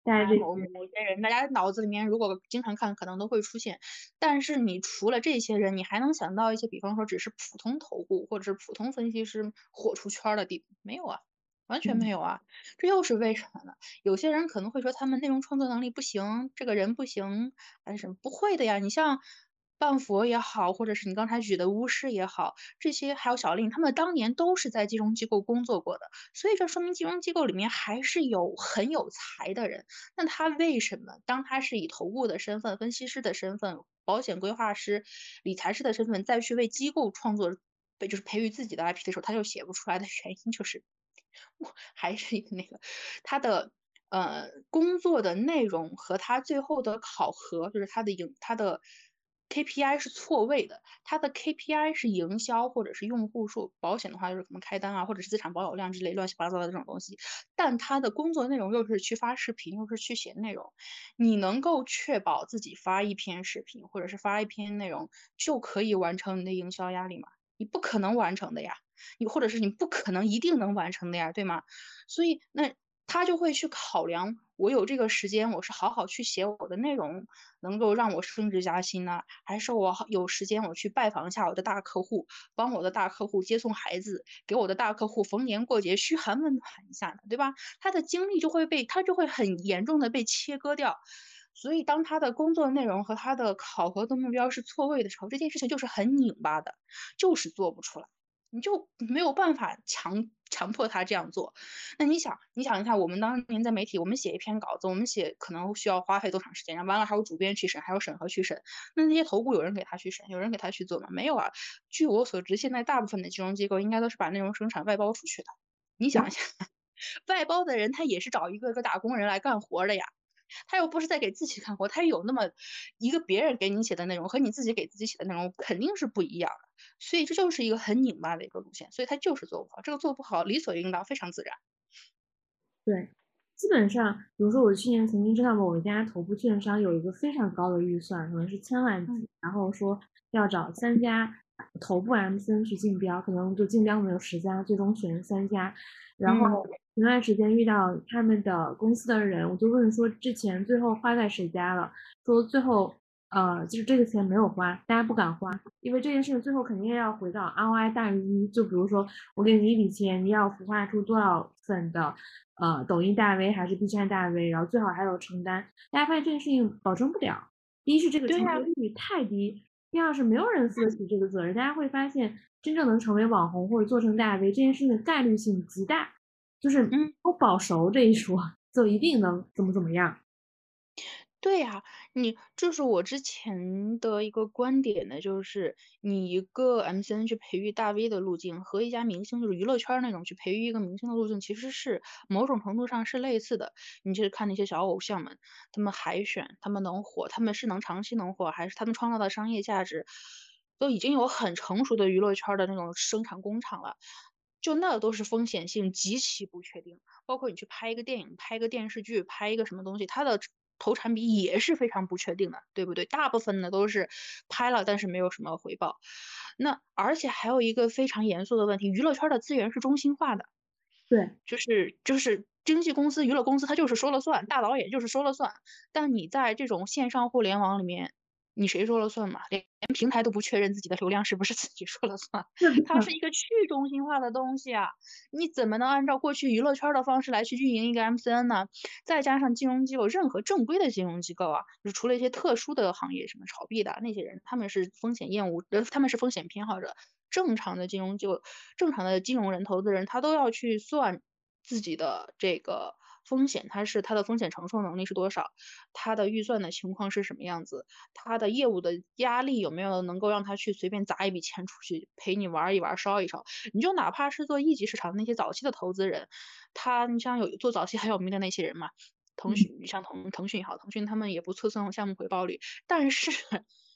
在这些某些人，大家脑子里面如果经常看，可能都会出现。但是你除了这些人，你还能想到一些，比方说只是普通投顾或者是普通分析师火出圈儿的地方没有啊？完全没有啊！这又是为什么呢？有些人可能会说他们内容创作能力不行，这个人不行，还是什么？不会的呀！你像半佛也好，或者是你刚才举的巫师也好，这些还有小令，他们当年都是在金融机构工作过的，所以这说明金融机构里面还是有很有才的人。那他为什么当他是以投顾的身份、分析师的身份、保险规划师、理财师的身份再去为机构创作，就是培育自己的 IP 的时候，他就写不出来的原因就是还是一个那个他的工作的内容和他最后的考核，就是他的 KPI 是错位的。他的 KPI 是营销或者是用户数，保险的话就是可能开单啊，或者是资产保有量之类乱七八糟的这种东西。但他的工作内容又是去发视频，又是去写内容。你能够确保自己发一篇视频或者是发一篇内容就可以完成你的营销压力吗？你不可能完成的呀。你或者是你不可能一定能完成的呀，对吗？所以那他就会去考量，我有这个时间，我是好好去写我的内容，能够让我升职加薪呢，还是我有时间我去拜访一下我的大客户，帮我的大客户接送孩子，给我的大客户逢年过节嘘寒问暖一下呢，对吧？他的精力他就会很严重的被切割掉。所以，当他的工作内容和他的考核的目标是错位的时候，这件事情就是很拧巴的，就是做不出来。你就没有办法强迫他这样做。那你想一下，我们当年在媒体，我们写一篇稿子，我们写可能需要花费多长时间，然后完了还有主编去审，还有审核去审。那些投顾有人给他去审，有人给他去做吗？没有啊。据我所知，现在大部分的金融机构应该都是把内容生产外包出去的。你想一下，外包的人他也是找一个个打工人来干活的呀。他又不是在给自己干活，他有那么一个别人给你写的内容和你自己给自己写的内容肯定是不一样的，所以这就是一个很拧巴的一个路线，所以他就是做不好，这个做不好理所应当，非常自然。 对，基本上，比如说我去年曾经知道某一家头部券商有一个非常高的预算，可能是千万级，然后说要找3家头部 MCN 去竞标，可能就竞标没有10家，最终选3家。然后嗯前段时间遇到他们的公司的人，我就问说之前最后花在谁家了，说最后就是这个钱没有花，大家不敢花，因为这件事情最后肯定要回到 ROI 大于一。就比如说我给你一笔钱，你要孵化出多少粉的抖音大 V 还是 B 站大 V，然后最好还有承担。大家发现这件事情保证不了，第一是这个成对呀、 功率太低，第二是没有人负得起这个责任。大家会发现，真正能成为网红或者做成大 V 这件事情的概率性极大，就是嗯。 不保熟这一说，就一定能怎么样。 对呀，这是我之前的一个观点呢，就是你一个 MCN 去培育大 V 的路径和一家明星，就是娱乐圈儿那种去培育一个明星的路径，其实是某种程度上是类似的。你去看那些小偶像们，他们海选，他们能火，他们是能长期能火，还是他们创造的商业价值，都已经有很成熟的娱乐圈儿的那种生产工厂了。就那都是风险性极其不确定。包括你去拍一个电影、拍一个电视剧、拍一个什么东西，它的投产比也是非常不确定的，对不对？大部分呢都是拍了，但是没有什么回报。那而且还有一个非常严肃的问题，娱乐圈的资源是中心化的， 对， 就是经纪公司、娱乐公司，它就是说了算，大导演就是说了算。但你在这种线上互联网里面，你谁说了算嘛？连平台都不确认自己的流量是不是自己说了算， 是的， 它是一个去中心化的东西啊！你怎么能按照过去娱乐圈的方式来去运营一个 MCN 呢？再加上金融机构，任何正规的金融机构啊，就除了一些特殊的行业，什么炒币的那些人，他们是风险厌恶，他们是风险偏好者。正常的金融机构、正常的金融人、投资人，他都要去算自己的这个风险，他的风险承受能力是多少，他的预算的情况是什么样子，他的业务的压力有没有能够让他去随便砸一笔钱出去陪你玩一玩、烧一烧。你就哪怕是做一级市场的那些早期的投资人，你像有做早期很有名的那些人嘛。腾嗯， 讯，像腾讯也好，腾讯他们也不测算项目回报率，但是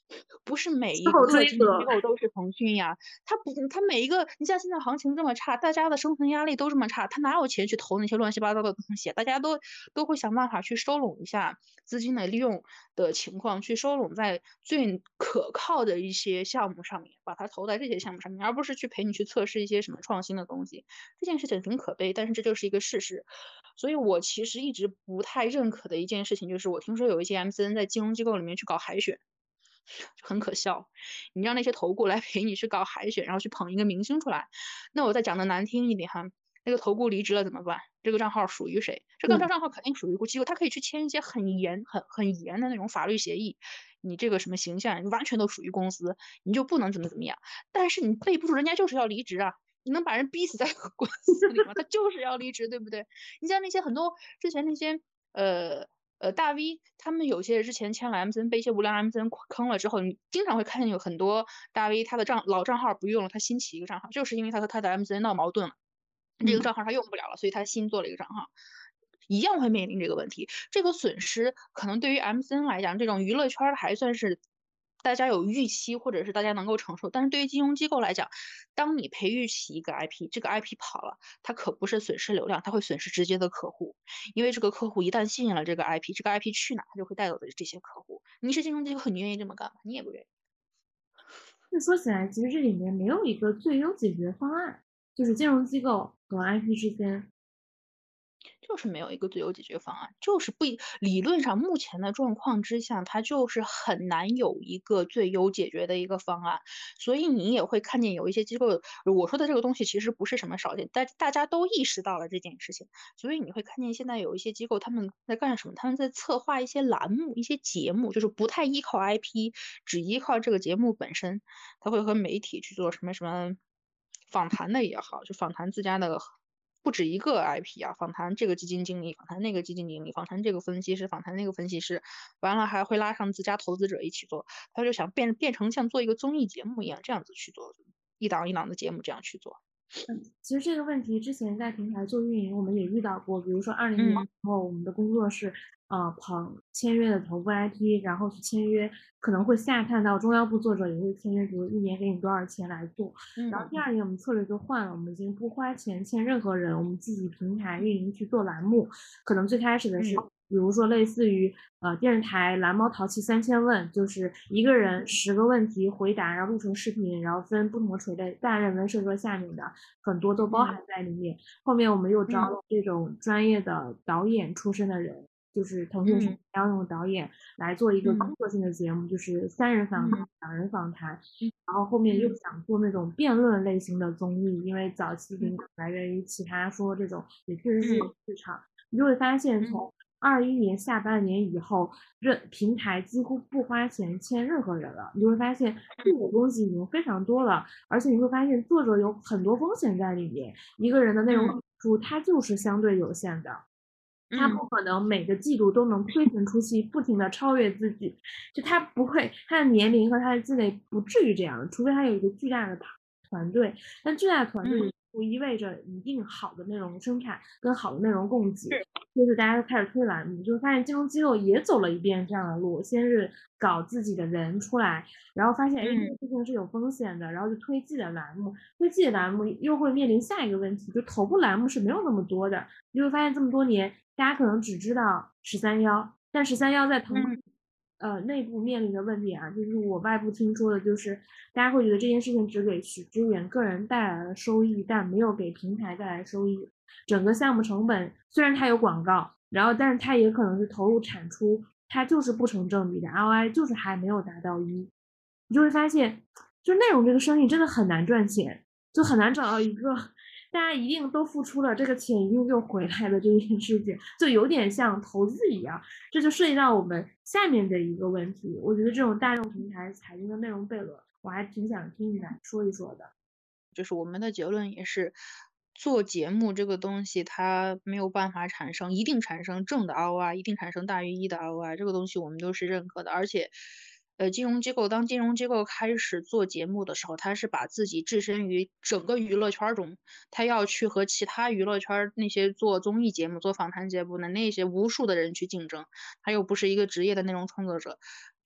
不是每事后一个金融机追责。 构都是腾讯呀，它每一个你像现在行情这么差，大家的生存压力都这么差，它哪有钱去投那些乱七八糟的东西？大家都会想办法去收拢一下资金的利用的情况，去收拢在最可靠的一些项目上面，把它投在这些项目上面，而不是去陪你去测试一些什么创新的东西。这件事情挺可悲，但是这就是一个事实。所以我其实一直不太认可的一件事情，就是我听说有一些 MCN 在金融机构里面去搞海选。很可笑。你让那些投顾来陪你去搞海选，然后去捧一个明星出来，那我再讲的难听一点哈，那个投顾离职了怎么办？这个账号属于谁？这个嗯， 账号肯定属于机构，他可以去签一些很严的那种法律协议。你这个什么形象，你完全都属于公司，你就不能怎么样。但是你背不住，人家就是要离职啊。你能把人逼死在公司里吗？他就是要离职，对不对？你像那些很多之前那些呃大 V，他们有些之前签了 MCN，被一些无良 MCN 坑了之后，你经常会看见有很多大 V 他的老账号不用了，他新起一个账号，就是因为他和他的 MCN 闹矛盾了，这个嗯。 账号他用不了了，所以他新做了一个账号。一样会面临这个问题，这个损失可能对于 MCN 来讲，这种娱乐圈还算是大家有预期，或者是大家能够承受。但是对于金融机构来讲，当你培育起一个 IP，这个 IP 跑了，它可不是损失流量，它会损失直接的客户。因为这个客户一旦信任了这个 IP，这个 IP 去哪，它就会带走的这些客户。你是金融机构，你愿意这么干吗？你也不愿意。 那说起来，其实这里面没有一个最优解决方案，就是金融机构和 IP 之间。 就是没有一个最优解决方案，就是不理论上目前的状况之下，它就是很难有一个最优解决的一个方案。所以你也会看见有一些机构，我说的这个东西其实不是什么少见，大家都意识到了这件事情。所以你会看见现在有一些机构他们在干什么？他们在策划一些栏目、一些节目，就是不太依靠 IP，只依靠这个节目本身。他会和媒体去做什么访谈的也好，就访谈自家的不止一个 IP 啊，访谈这个基金经理，访谈那个基金经理，访谈这个分析师，访谈那个分析师，完了还会拉上自家投资者一起做，他就想变成像做一个综艺节目一样，这样子去做，一档一档的节目这样去做。 其实这个问题之前在平台做运营，我们也遇到过。比如说2020 嗯后，我们的工作是捧签约的头部 IP，然后去签约，可能会下探到中腰部作者也会签约，比如一年给你多少钱来做。然后第嗯二年我们策略就换了，我们已经不花钱签任何人，我们自己平台运营去做栏目。可能最开始的是， 嗯比如说类似于电视台蓝猫淘气3000问，就是一个人10个问题回答，然后录成视频，然后分不同的垂类，大人文、社科下面的很多都包含嗯在里面。后面我们又招嗯了这种专业的导演出身的人，就是腾讯嗯邀用导演来做一个嗯综合性的节目，就是3人访谈、 嗯 2人访谈。 嗯然后后面又嗯想做那种辩论类型的综艺，因为早期灵感来源于奇葩说这种，也确实是有市场。你就会发现， 嗯从21年下半年以后，平台几乎不花钱签任何人了。你就会发现，这种东西已经非常多了，而且你会发现作者有很多风险在里面。一个人的内容嗯产出，它就是相对有限的。他嗯不可能每个季度都能推陈出新，不停的超越自己，就他不会，他的年龄和他的积累不至于这样，除非他有一个巨大的团队，但巨大的团队嗯， 不意味着一定好的内容生产跟好的内容供给。 是就是大家开始推栏目，就会发现金融机构也走了一遍这样的路，先是搞自己的人出来，然后发现哎这个嗯事情是有风险的，然后就推自己的栏目，推自己的栏目又会面临下一个问题，就头部栏目是没有那么多的，你会发现这么多年，大家可能只知道13邀，但13邀在腾嗯内部面临的问题啊，就是我外部听说的，就是大家会觉得这件事情只给许知远个人带来了收益，但没有给平台带来收益。整个项目成本虽然它有广告，然后但是它也可能是投入产出，它就是不成正比的，ROI 就是还没有达到1。你就会发现，就内容这个生意真的很难赚钱，就很难找到一个大家一定都付出了，这个钱一定就回来了这件事情，就有点像投资一样。这就涉及到我们下面的一个问题，我觉得这种大众平台财经的内容悖论，我还挺想听你来说一说的。 就是我们的结论也是，做节目这个东西它没有办法一定产生正的 ROI，一定产生大于1的 ROI，这个东西我们都是认可的。而且，当金融机构开始做节目的时候，它是把自己置身于整个娱乐圈中，它要去和其他娱乐圈那些做综艺节目、做访谈节目的那些无数的人去竞争，他又不是一个职业的内容创作者。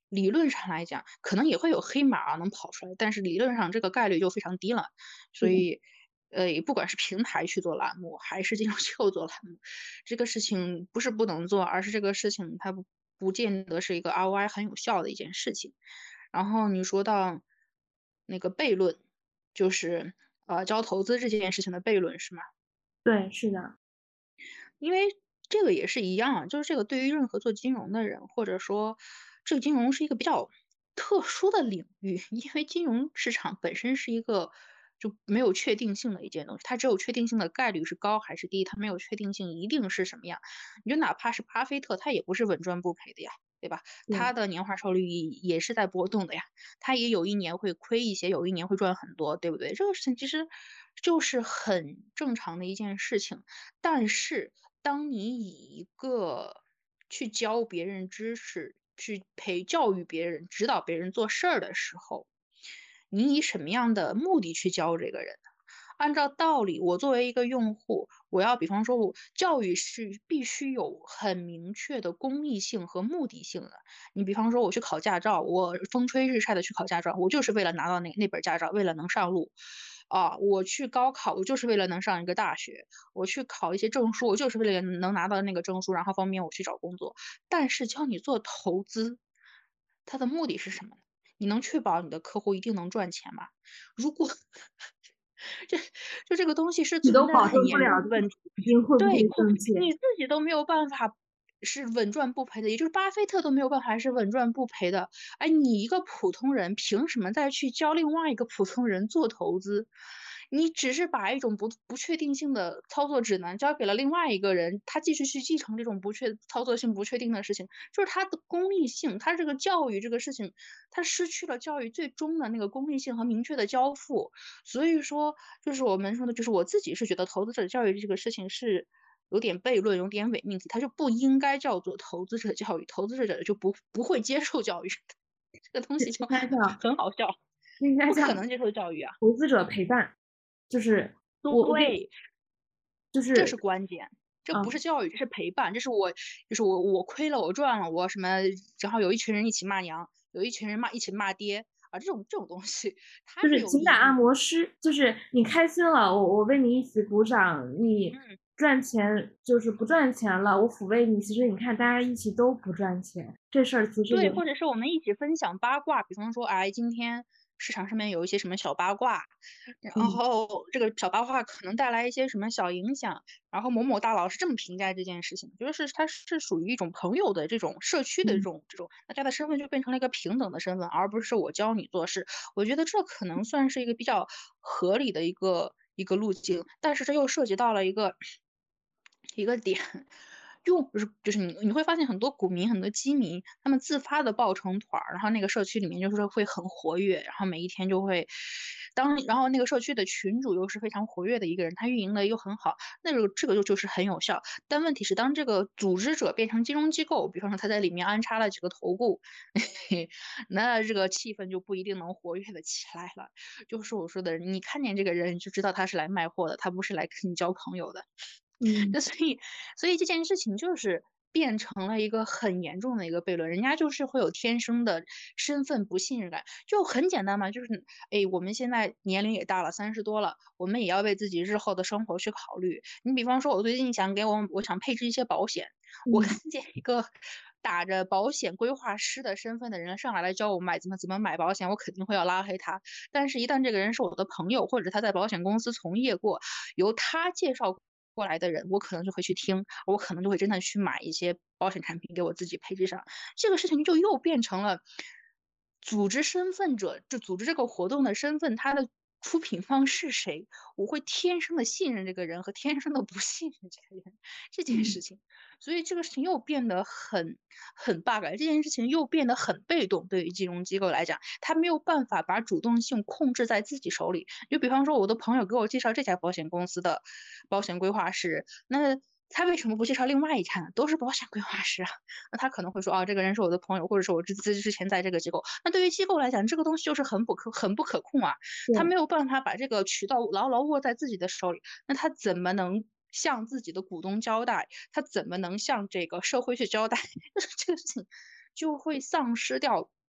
理论上来讲，可能也会有黑马啊能跑出来，但是理论上这个概率就非常低了。 是的， 所以，不管是平台去做栏目，还是金融机构做栏目，这个事情不是不能做，而是这个事情它不见得是一个 ROI 很有效的一件事情。然后你说到那个悖论，就是教投资这件事情的悖论是吗？ 对，是的， 因为这个也是一样，就是这个对于任何做金融的人，或者说这个金融是一个比较特殊的领域，因为金融市场本身是一个就没有确定性的一件东西，它只有确定性的概率是高还是低，它没有确定性一定是什么样。你就哪怕是巴菲特，他也不是稳赚不赔的呀，对吧？他对， 的年化收益率也是在波动的呀，他也有一年会亏一些，有一年会赚很多，对不对？这个事情其实就是很正常的一件事情。但是当你以一个去教别人知识、去教育别人、指导别人做事儿的时候，你以什么样的目的去教这个人呢？按照道理，我作为一个用户，我要比方说，我教育是必须有很明确的功利性和目的性的。你比方说，我去考驾照，我风吹日晒的去考驾照，我就是为了拿到那本驾照，为了能上路。啊，我去高考，我就是为了能上一个大学。我去考一些证书，我就是为了能拿到那个证书，然后方便我去找工作。但是教你做投资，它的目的是什么呢？你能确保你的客户一定能赚钱吗？如果这这个东西是你都存在很严保证不了自己重的问题， 一定会不对， 会挣钱。 你自己都没有办法是稳赚不赔的，也就是巴菲特都没有办法是稳赚不赔的。哎，你一个普通人凭什么再去教另外一个普通人做投资？你只是把一种不确定性的操作指南交给了另外一个人，他继续去继承这种操作性不确定的事情，就是他的功利性，他这个教育这个事情，他失去了教育最终的那个功利性和明确的交付。所以说，就是我们说的，就是我自己是觉得投资者教育这个事情是有点悖论，有点伪命题，它就不应该叫做投资者教育，投资者就不会接受教育，这个东西就应该叫很好笑， 应该叫不可能接受教育啊。 投资者陪伴，就是我给对， 就是这是关键，这不是嗯， 教育，这是陪伴，就是我亏了，我赚了，我什么，然后有一群人一起骂娘，有一群人一起骂爹啊，这种东西它就是是情感按有意义的。 摩师，就是你开心了，我为你一起鼓掌，你嗯。 赚钱就是不赚钱了，我抚慰你。其实你看，大家一起都不赚钱，这事儿其实对， 也或者是我们一起分享八卦，比方说，哎，今天市场上面有一些什么小八卦，然嗯后这个小八卦可能带来一些什么小影响，然后某某大佬是这么评价这件事情，就是它是属于一种朋友的这种社区的嗯这种，大家的身份就变成了一个平等的身份，而不是我教你做事。我觉得这可能算是一个比较合理的一个路径，但是这又涉及到了一个点，就是你会发现很多股民、很多基民，他们自发的抱成团儿，然后那个社区里面就是会很活跃，然后每一天就会然后那个社区的群主又是非常活跃的一个人，他运营的又很好，那这个就是很有效。但问题是，当这个组织者变成金融机构，比方说他在里面安插了几个头部，那这个气氛就不一定能活跃的起来了。就是我说的，你看见这个人就知道他是来卖货的，他不是来跟你交朋友的。 嗯那所以这件事情就是变成了一个很严重的一个悖论，人家就是会有天生的身份不信任感，就很简单嘛，就是哎，我们现在年龄也大了，30多了，我们也要为自己日后的生活去考虑。你比方说，我最近我想配置一些保险，我看嗯见一个打着保险规划师的身份的人上来教我怎么买保险，我肯定会要拉黑他。但是，一旦这个人是我的朋友，或者他在保险公司从业过，由他介绍过来的人，我可能就会去听，我可能就会真的去买一些保险产品给我自己配置上。这个事情就又变成了组织身份者，就组织这个活动的身份，他的出品方是谁，我会天生的信任这个人和天生的不信任这个人这件嗯事情，所以这个事情又变得很 bug，这件事情又变得很被动。对于金融机构来讲，他没有办法把主动性控制在自己手里。就比方说，我的朋友给我介绍这家保险公司的保险规划师，那他为什么不介绍另外一家呢？都是保险规划师啊，那他可能会说，啊，这个人是我的朋友，或者是我之前在这个机构。那对于机构来讲，这个东西就是很不可控啊，他对， 没有办法把这个渠道牢牢握在自己的手里，那他怎么能向自己的股东交代？他怎么能向这个社会去交代？就是这个事情就会丧失掉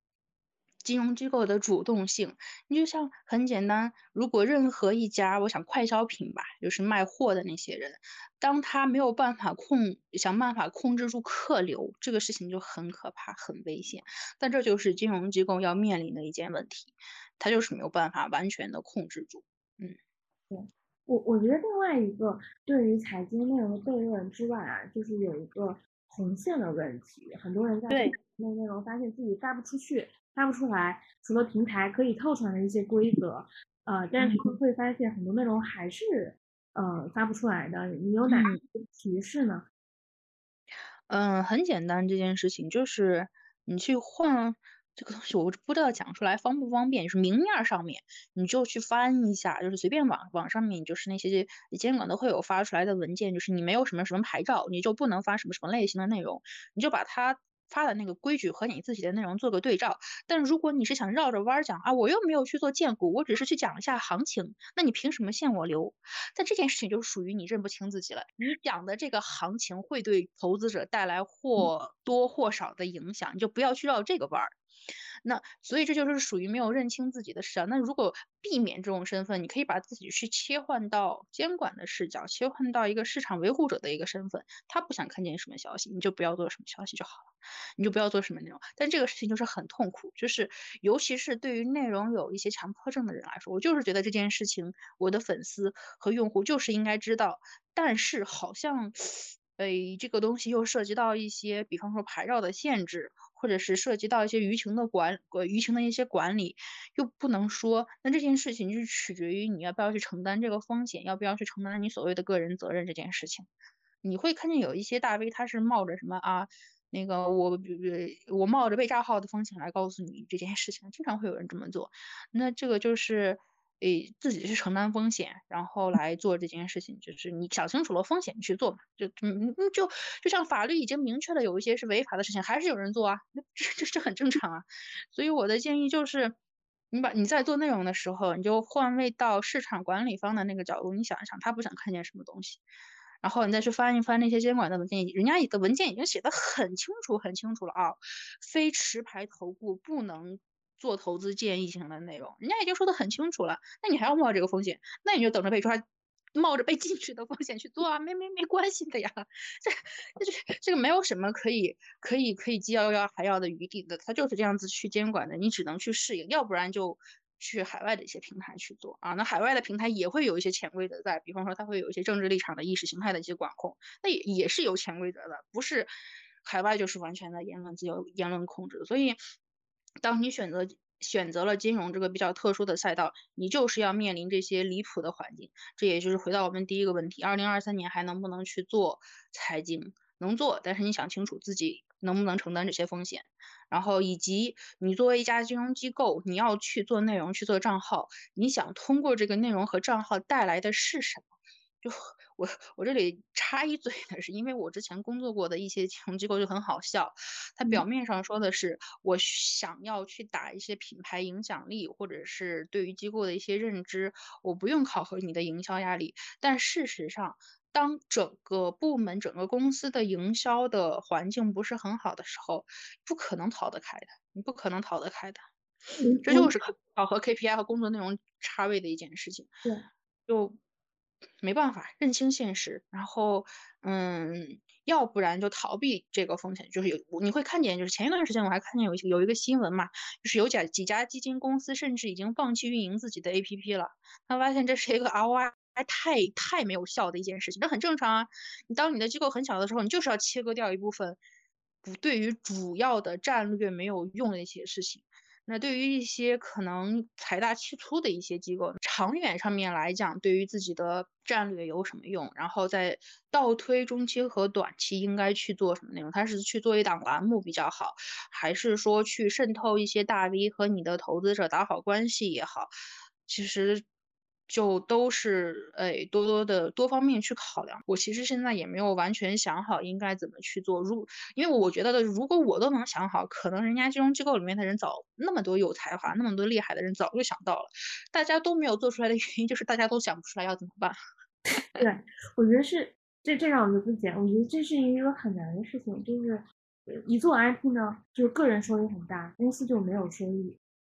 金融机构的主动性。你就像很简单，如果任何一家我想快消品吧，就是卖货的那些人，当他没有办法想办法控制住客流，这个事情就很可怕、很危险。但这就是金融机构要面临的一件问题，它就是没有办法完全的控制住。嗯。 对，我觉得另外一个对于财经内容的悖论之外啊，就是有一个红线的问题。很多人在对， 内容发现自己发不出去、发不出来，除了平台可以套出来的一些规则，但是他们会发现很多内容还是发不出来的。你有哪嗯。 些提示呢？ 很简单，这件事情就是你去换这个东西，我不知道讲出来方不方便。就是明面儿上面，你就去翻一下，就是随便网上面，就是那些监管都会有发出来的文件，就是你没有什么什么牌照，你就不能发什么什么类型的内容，你就把它发的那个规矩和你自己的内容做个对照。但如果你是想绕着弯儿讲啊，我又没有去做荐股，我只是去讲一下行情，那你凭什么限我流？但这件事情就属于你认不清自己了。你讲的这个行情会对投资者带来或多或少的影响，你就不要去绕这个弯儿。那所以这就是属于没有认清自己的事啊。那如果避免这种身份，你可以把自己去切换到监管的视角，切换到一个市场维护者的一个身份。他不想看见什么消息，你就不要做什么消息就好了，你就不要做什么内容。但这个事情就是很痛苦，就是尤其是对于内容有一些强迫症的人来说，我就是觉得这件事情，我的粉丝和用户就是应该知道，但是好像。这个东西又涉及到一些，比方说牌照的限制，或者是涉及到一些舆情的一些管理，又不能说，那这件事情就取决于你要不要去承担这个风险，要不要去承担你所谓的个人责任这件事情。你会看见有一些大 V，他是冒着什么啊，那个我冒着被账号的风险来告诉你这件事情，经常会有人这么做。那这个就是自己去承担风险，然后来做这件事情，就是你想清楚了风险你去做嘛，就像法律已经明确了有一些是违法的事情，还是有人做啊，那这很正常啊。所以我的建议就是，你在做内容的时候，你就换位到市场管理方的那个角度，你想一想他不想看见什么东西，然后你再去翻一翻那些监管的文件，人家的文件已经写的很清楚很清楚了啊，非持牌投顾不能做投资建议型的内容，人家已经说的很清楚了，那你还要冒这个风险，那你就等着被抓。冒着被禁止的风险去做啊，没关系的呀，这个没有什么可以既要还要的余地的，它就是这样子去监管的，你只能去适应，要不然就去海外的一些平台去做啊。那海外的平台也会有一些潜规则在，比方说它会有一些政治立场的意识形态的一些管控，那也是有潜规则的，不是海外就是完全的言论自由、言论控制。所以，当你选择了金融这个比较特殊的赛道，你就是要面临这些离谱的环境。这也就是回到我们第一个问题：2023年还能不能去做财经？能做，但是你想清楚自己能不能承担这些风险，然后以及你作为一家金融机构，你要去做内容、去做账号，你想通过这个内容和账号带来的是什么？就我我这里插一嘴的是，因为我之前工作过的一些金融机构就很好笑，它表面上说的是我想要去打一些品牌影响力，或者是对于机构的一些认知，我不用考核你的营销压力，但事实上。当整个部门、整个公司的营销的环境不是很好的时候，不可能逃得开的，你不可能逃得开的。这我就是考核 KPI 和工作内容差位的一件事情。 对。 就没办法认清现实，然后要不然就逃避这个风险，就是你会看见，就是前一段时间我还看见有一个新闻嘛，就是有几家基金公司甚至已经放弃运营自己的 APP 了，他发现这是一个 ROI 太没有效的一件事情，这很正常啊。当你的机构很小的时候，你就是要切割掉一部分不对于主要的战略没有用的一些事情。那对于一些可能财大气粗的一些机构，长远上面来讲，对于自己的战略有什么用？然后在倒推中期和短期应该去做什么内容？它是去做一档栏目比较好，还是说去渗透一些大 V 和你的投资者打好关系也好？其实就都是多方面去考量。我其实现在也没有完全想好应该怎么去做。因为我觉得如果我都能想好，可能人家金融机构里面的人早那么多有才华、那么多厉害的人早就想到了，大家都没有做出来的原因就是大家都想不出来要怎么办。 对，我觉得是这让我就不解，我觉得这是一个很难的事情，就是一做 IP 呢，就是个人收益很大，公司就没有收益。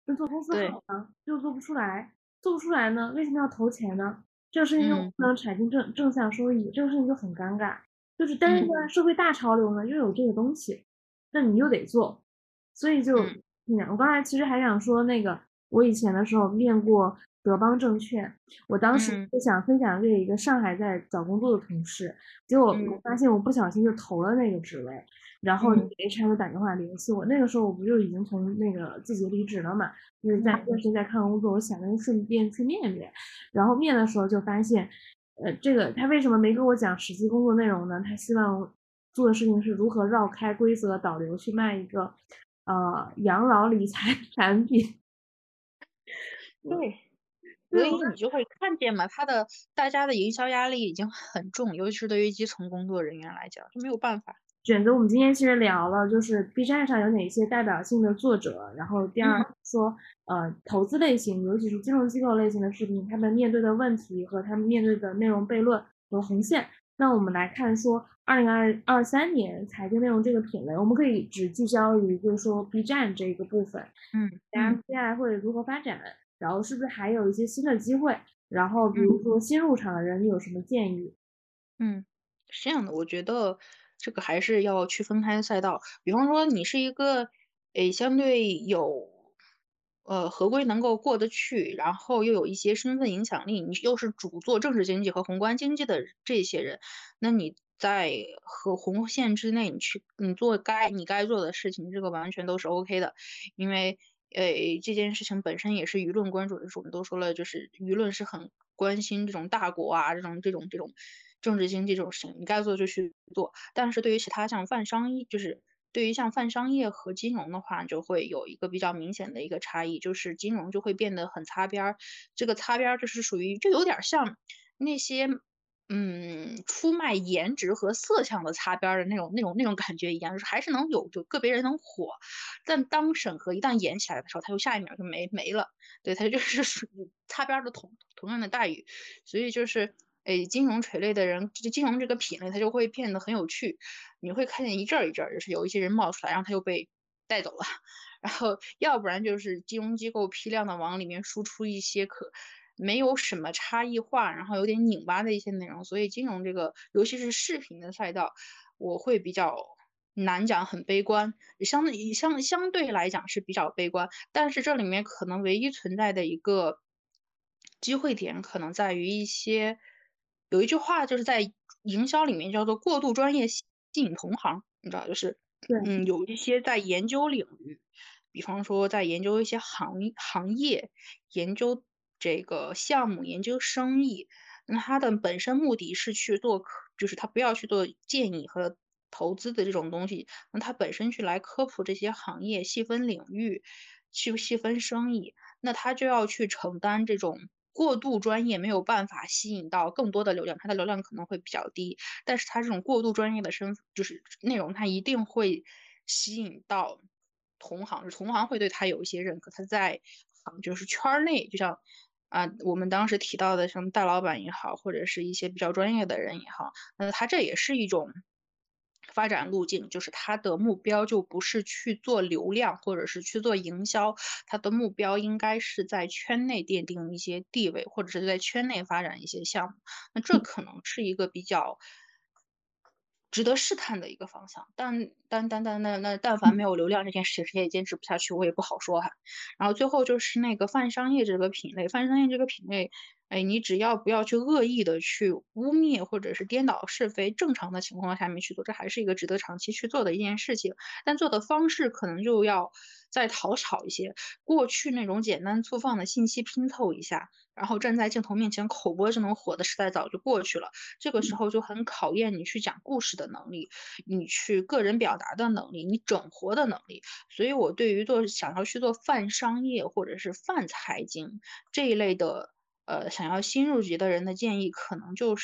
那做公司对， 好呢，又做不出来，做不出来呢，为什么要投钱呢？这个事情又嗯不能产生正向收益，这个事情就很尴尬。就是但是嗯呢，社会大潮流呢又有这个东西，那你又得做，所以就嗯我刚才其实还想说那个，我以前的时候面过德邦证券，我当时嗯就想分享给一个上海在找工作的同事，结果我嗯发现我不小心就投了那个职位，然后那个嗯 HR 就打电话联系我，那个时候我不就已经从那个字节离职了嘛，就是在嗯当时在看工作，我想着顺便去面面，然后面的时候就发现，这个他为什么没跟我讲实际工作内容呢？他希望做的事情是如何绕开规则导流去卖一个养老理财产品。 对。 对，我所以你就会看见嘛，大家的营销压力已经很重，尤其是对于基层工作人员来讲，就没有办法。 选择我们今天其实聊了，就是 B 站上有哪些代表性的作者，然后第二嗯说，投资类型，尤其是金融机构类型的视频，他们面对的问题和他们面对的内容悖论和红线。那我们来看说，2023年财经内容这个品类，我们可以只聚焦于就是说 B 站这一个部分， 嗯然后嗯接下来会如何发展，然后是不是还有一些新的机会，然后比嗯如说新入场的人，你有什么建议？ 嗯，是这样的，我觉得这个还是要区分开赛道。比方说，你是一个相对有合规能够过得去，然后又有一些身份影响力，你又是主做政治经济和宏观经济的这些人，那你在和红线之内，你做你该做的事情，这个完全都是 OK 的，因为这件事情本身也是舆论关注的，就是我们都说了，就是舆论是很关心这种大国啊，这种政治经济这种事情，你该做就去做。但是对于其他像泛商业，就是对于像泛商业和金融的话，就会有一个比较明显的一个差异，就是金融就会变得很擦边儿。这个擦边儿就是属于就有点儿像那些出卖颜值和色相的擦边儿的那种感觉一样，就是还是能有就个别人能火，但当审核一旦严起来的时候，他就下一秒就没了。对，他就是属于擦边儿的同样的待遇。所以就是，金融垂类的人，就金融这个品类，它就会变得很有趣。你会看见一阵儿一阵儿，就是有一些人冒出来，然后他又被带走了，然后要不然就是金融机构批量的往里面输出一些没有什么差异化，然后有点拧巴的一些内容。所以金融这个，尤其是视频的赛道，我会比较难讲，很悲观。相对来讲是比较悲观，但是这里面可能唯一存在的一个机会点，可能在于有一句话就是在营销里面叫做过度专业吸引同行，你知道，就是对， 有一些在研究领域，比方说在研究一些行业，研究这个项目，研究生意，那它的本身目的是去做就是他不要去做建议和投资的这种东西，那他本身去来科普这些行业细分领域，去细分生意，那他就要去承担这种过度专业，没有办法吸引到更多的流量，它的流量可能会比较低，但是它这种过度专业的就是内容，它一定会吸引到同行，就同行会对他有一些认可，他在就是圈儿内，就像我们当时提到的，像大老板也好，或者是一些比较专业的人也好，那他这也是一种发展路径，就是他的目标就不是去做流量或者是去做营销，他的目标应该是在圈内奠定一些地位，或者是在圈内发展一些项目。那这可能是一个比较值得试探的一个方向，但凡没有流量这件事情，谁也坚持不下去，我也不好说哈。然后最后就是那个泛商业这个品类，泛商业这个品类，你只要不要去恶意的去污蔑或者是颠倒是非，正常的情况下面去做，这还是一个值得长期去做的一件事情。但做的方式可能就要再讨巧一些，过去那种简单粗放的信息拼凑一下，然后站在镜头面前口播就能火的时代早就过去了。这个时候就很考验你去讲故事的能力，你去个人表达的能力，你整活的能力。所以我对于想要去做泛商业或者是泛财经这一类的，想要新入局的人的建议，可能就是，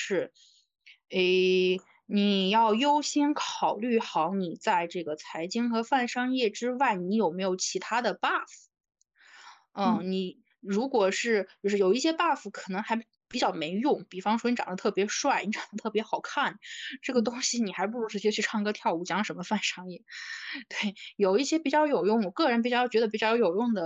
你要优先考虑好你在这个财经和泛商业之外，你有没有其他的 buff。 嗯， 你如果就是有一些 buff 可能还比较没用，比方说你长得特别帅，你长得特别好看，这个嗯东西你还不如直接去唱歌跳舞，讲什么泛商业。对，有一些比较有用，我个人觉得比较有用的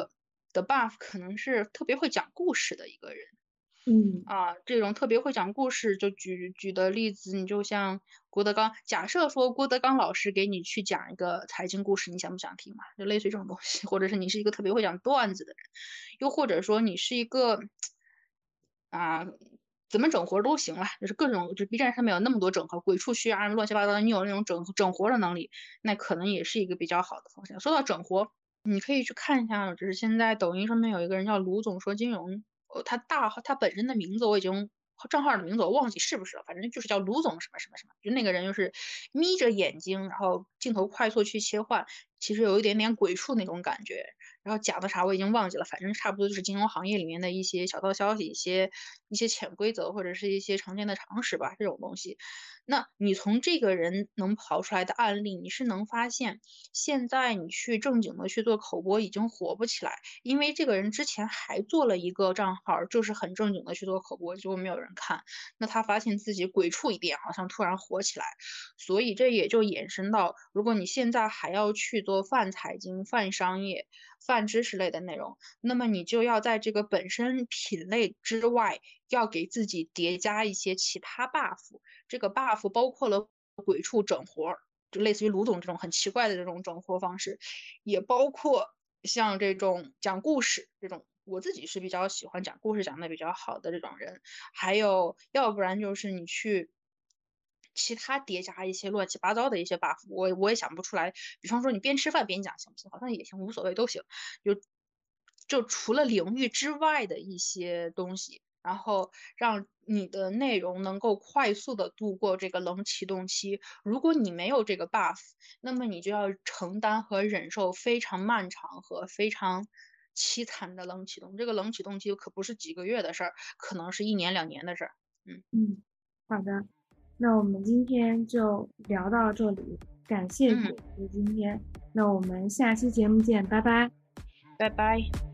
的 buff 可能是特别会讲故事的一个人。 嗯这种特别会讲故事，就举的例子，你就像郭德纲，假设说郭德纲老师给你去讲一个财经故事，你想不想听嘛？就类似于这种东西，或者是你是一个特别会讲段子的人，又或者说你是一个啊，怎么整活儿都行了，就是各种就 B 站上面有那么多整合，鬼畜须啊，乱七八糟的，你有那种整活儿的能力，那可能也是一个比较好的方向。说到整活，你可以去看一下，就是现在抖音上面有一个人叫卢总说金融，他本身的名字我已经账号的名字我忘记是不是了，反正就是叫卢总什么什么什么，就那个人就是眯着眼睛，然后镜头快速去切换，其实有一点点鬼畜那种感觉。然后讲的啥我已经忘记了，反正差不多就是金融行业里面的一些小道消息，一些潜规则或者是一些常见的常识吧，这种东西。那你从这个人能跑出来的案例，你是能发现，现在你去正经的去做口播已经火不起来，因为这个人之前还做了一个账号，就是很正经的去做口播，结果没有人看。那他发现自己鬼畜一变，好像突然火起来，所以这也就衍生到，如果你现在还要去做泛财经、泛商业、泛知识类的内容，那么你就要在这个本身品类之外，要给自己叠加一些其他 buff。这个 buff 包括了鬼畜整活儿，就类似于卢总这种很奇怪的这种整活方式，也包括像这种讲故事这种。我自己是比较喜欢讲故事讲的比较好的这种人，还有要不然就是你去其他叠加一些乱七八糟的一些 buff，我也想不出来。比方说你边吃饭边讲行不行？好像也行，无所谓都行。就就除了领域之外的一些东西，然后让你的内容能够快速的度过这个冷启动期。如果你没有这个 buff，那么你就要承担和忍受非常漫长和非常凄惨的冷启动。这个冷启动期可不是几个月的事儿，可能是1年2年的事儿。嗯嗯，好的，那我们今天就聊到这里，感谢嗯， 姐姐今天，那我们下期节目见，拜拜。 拜拜。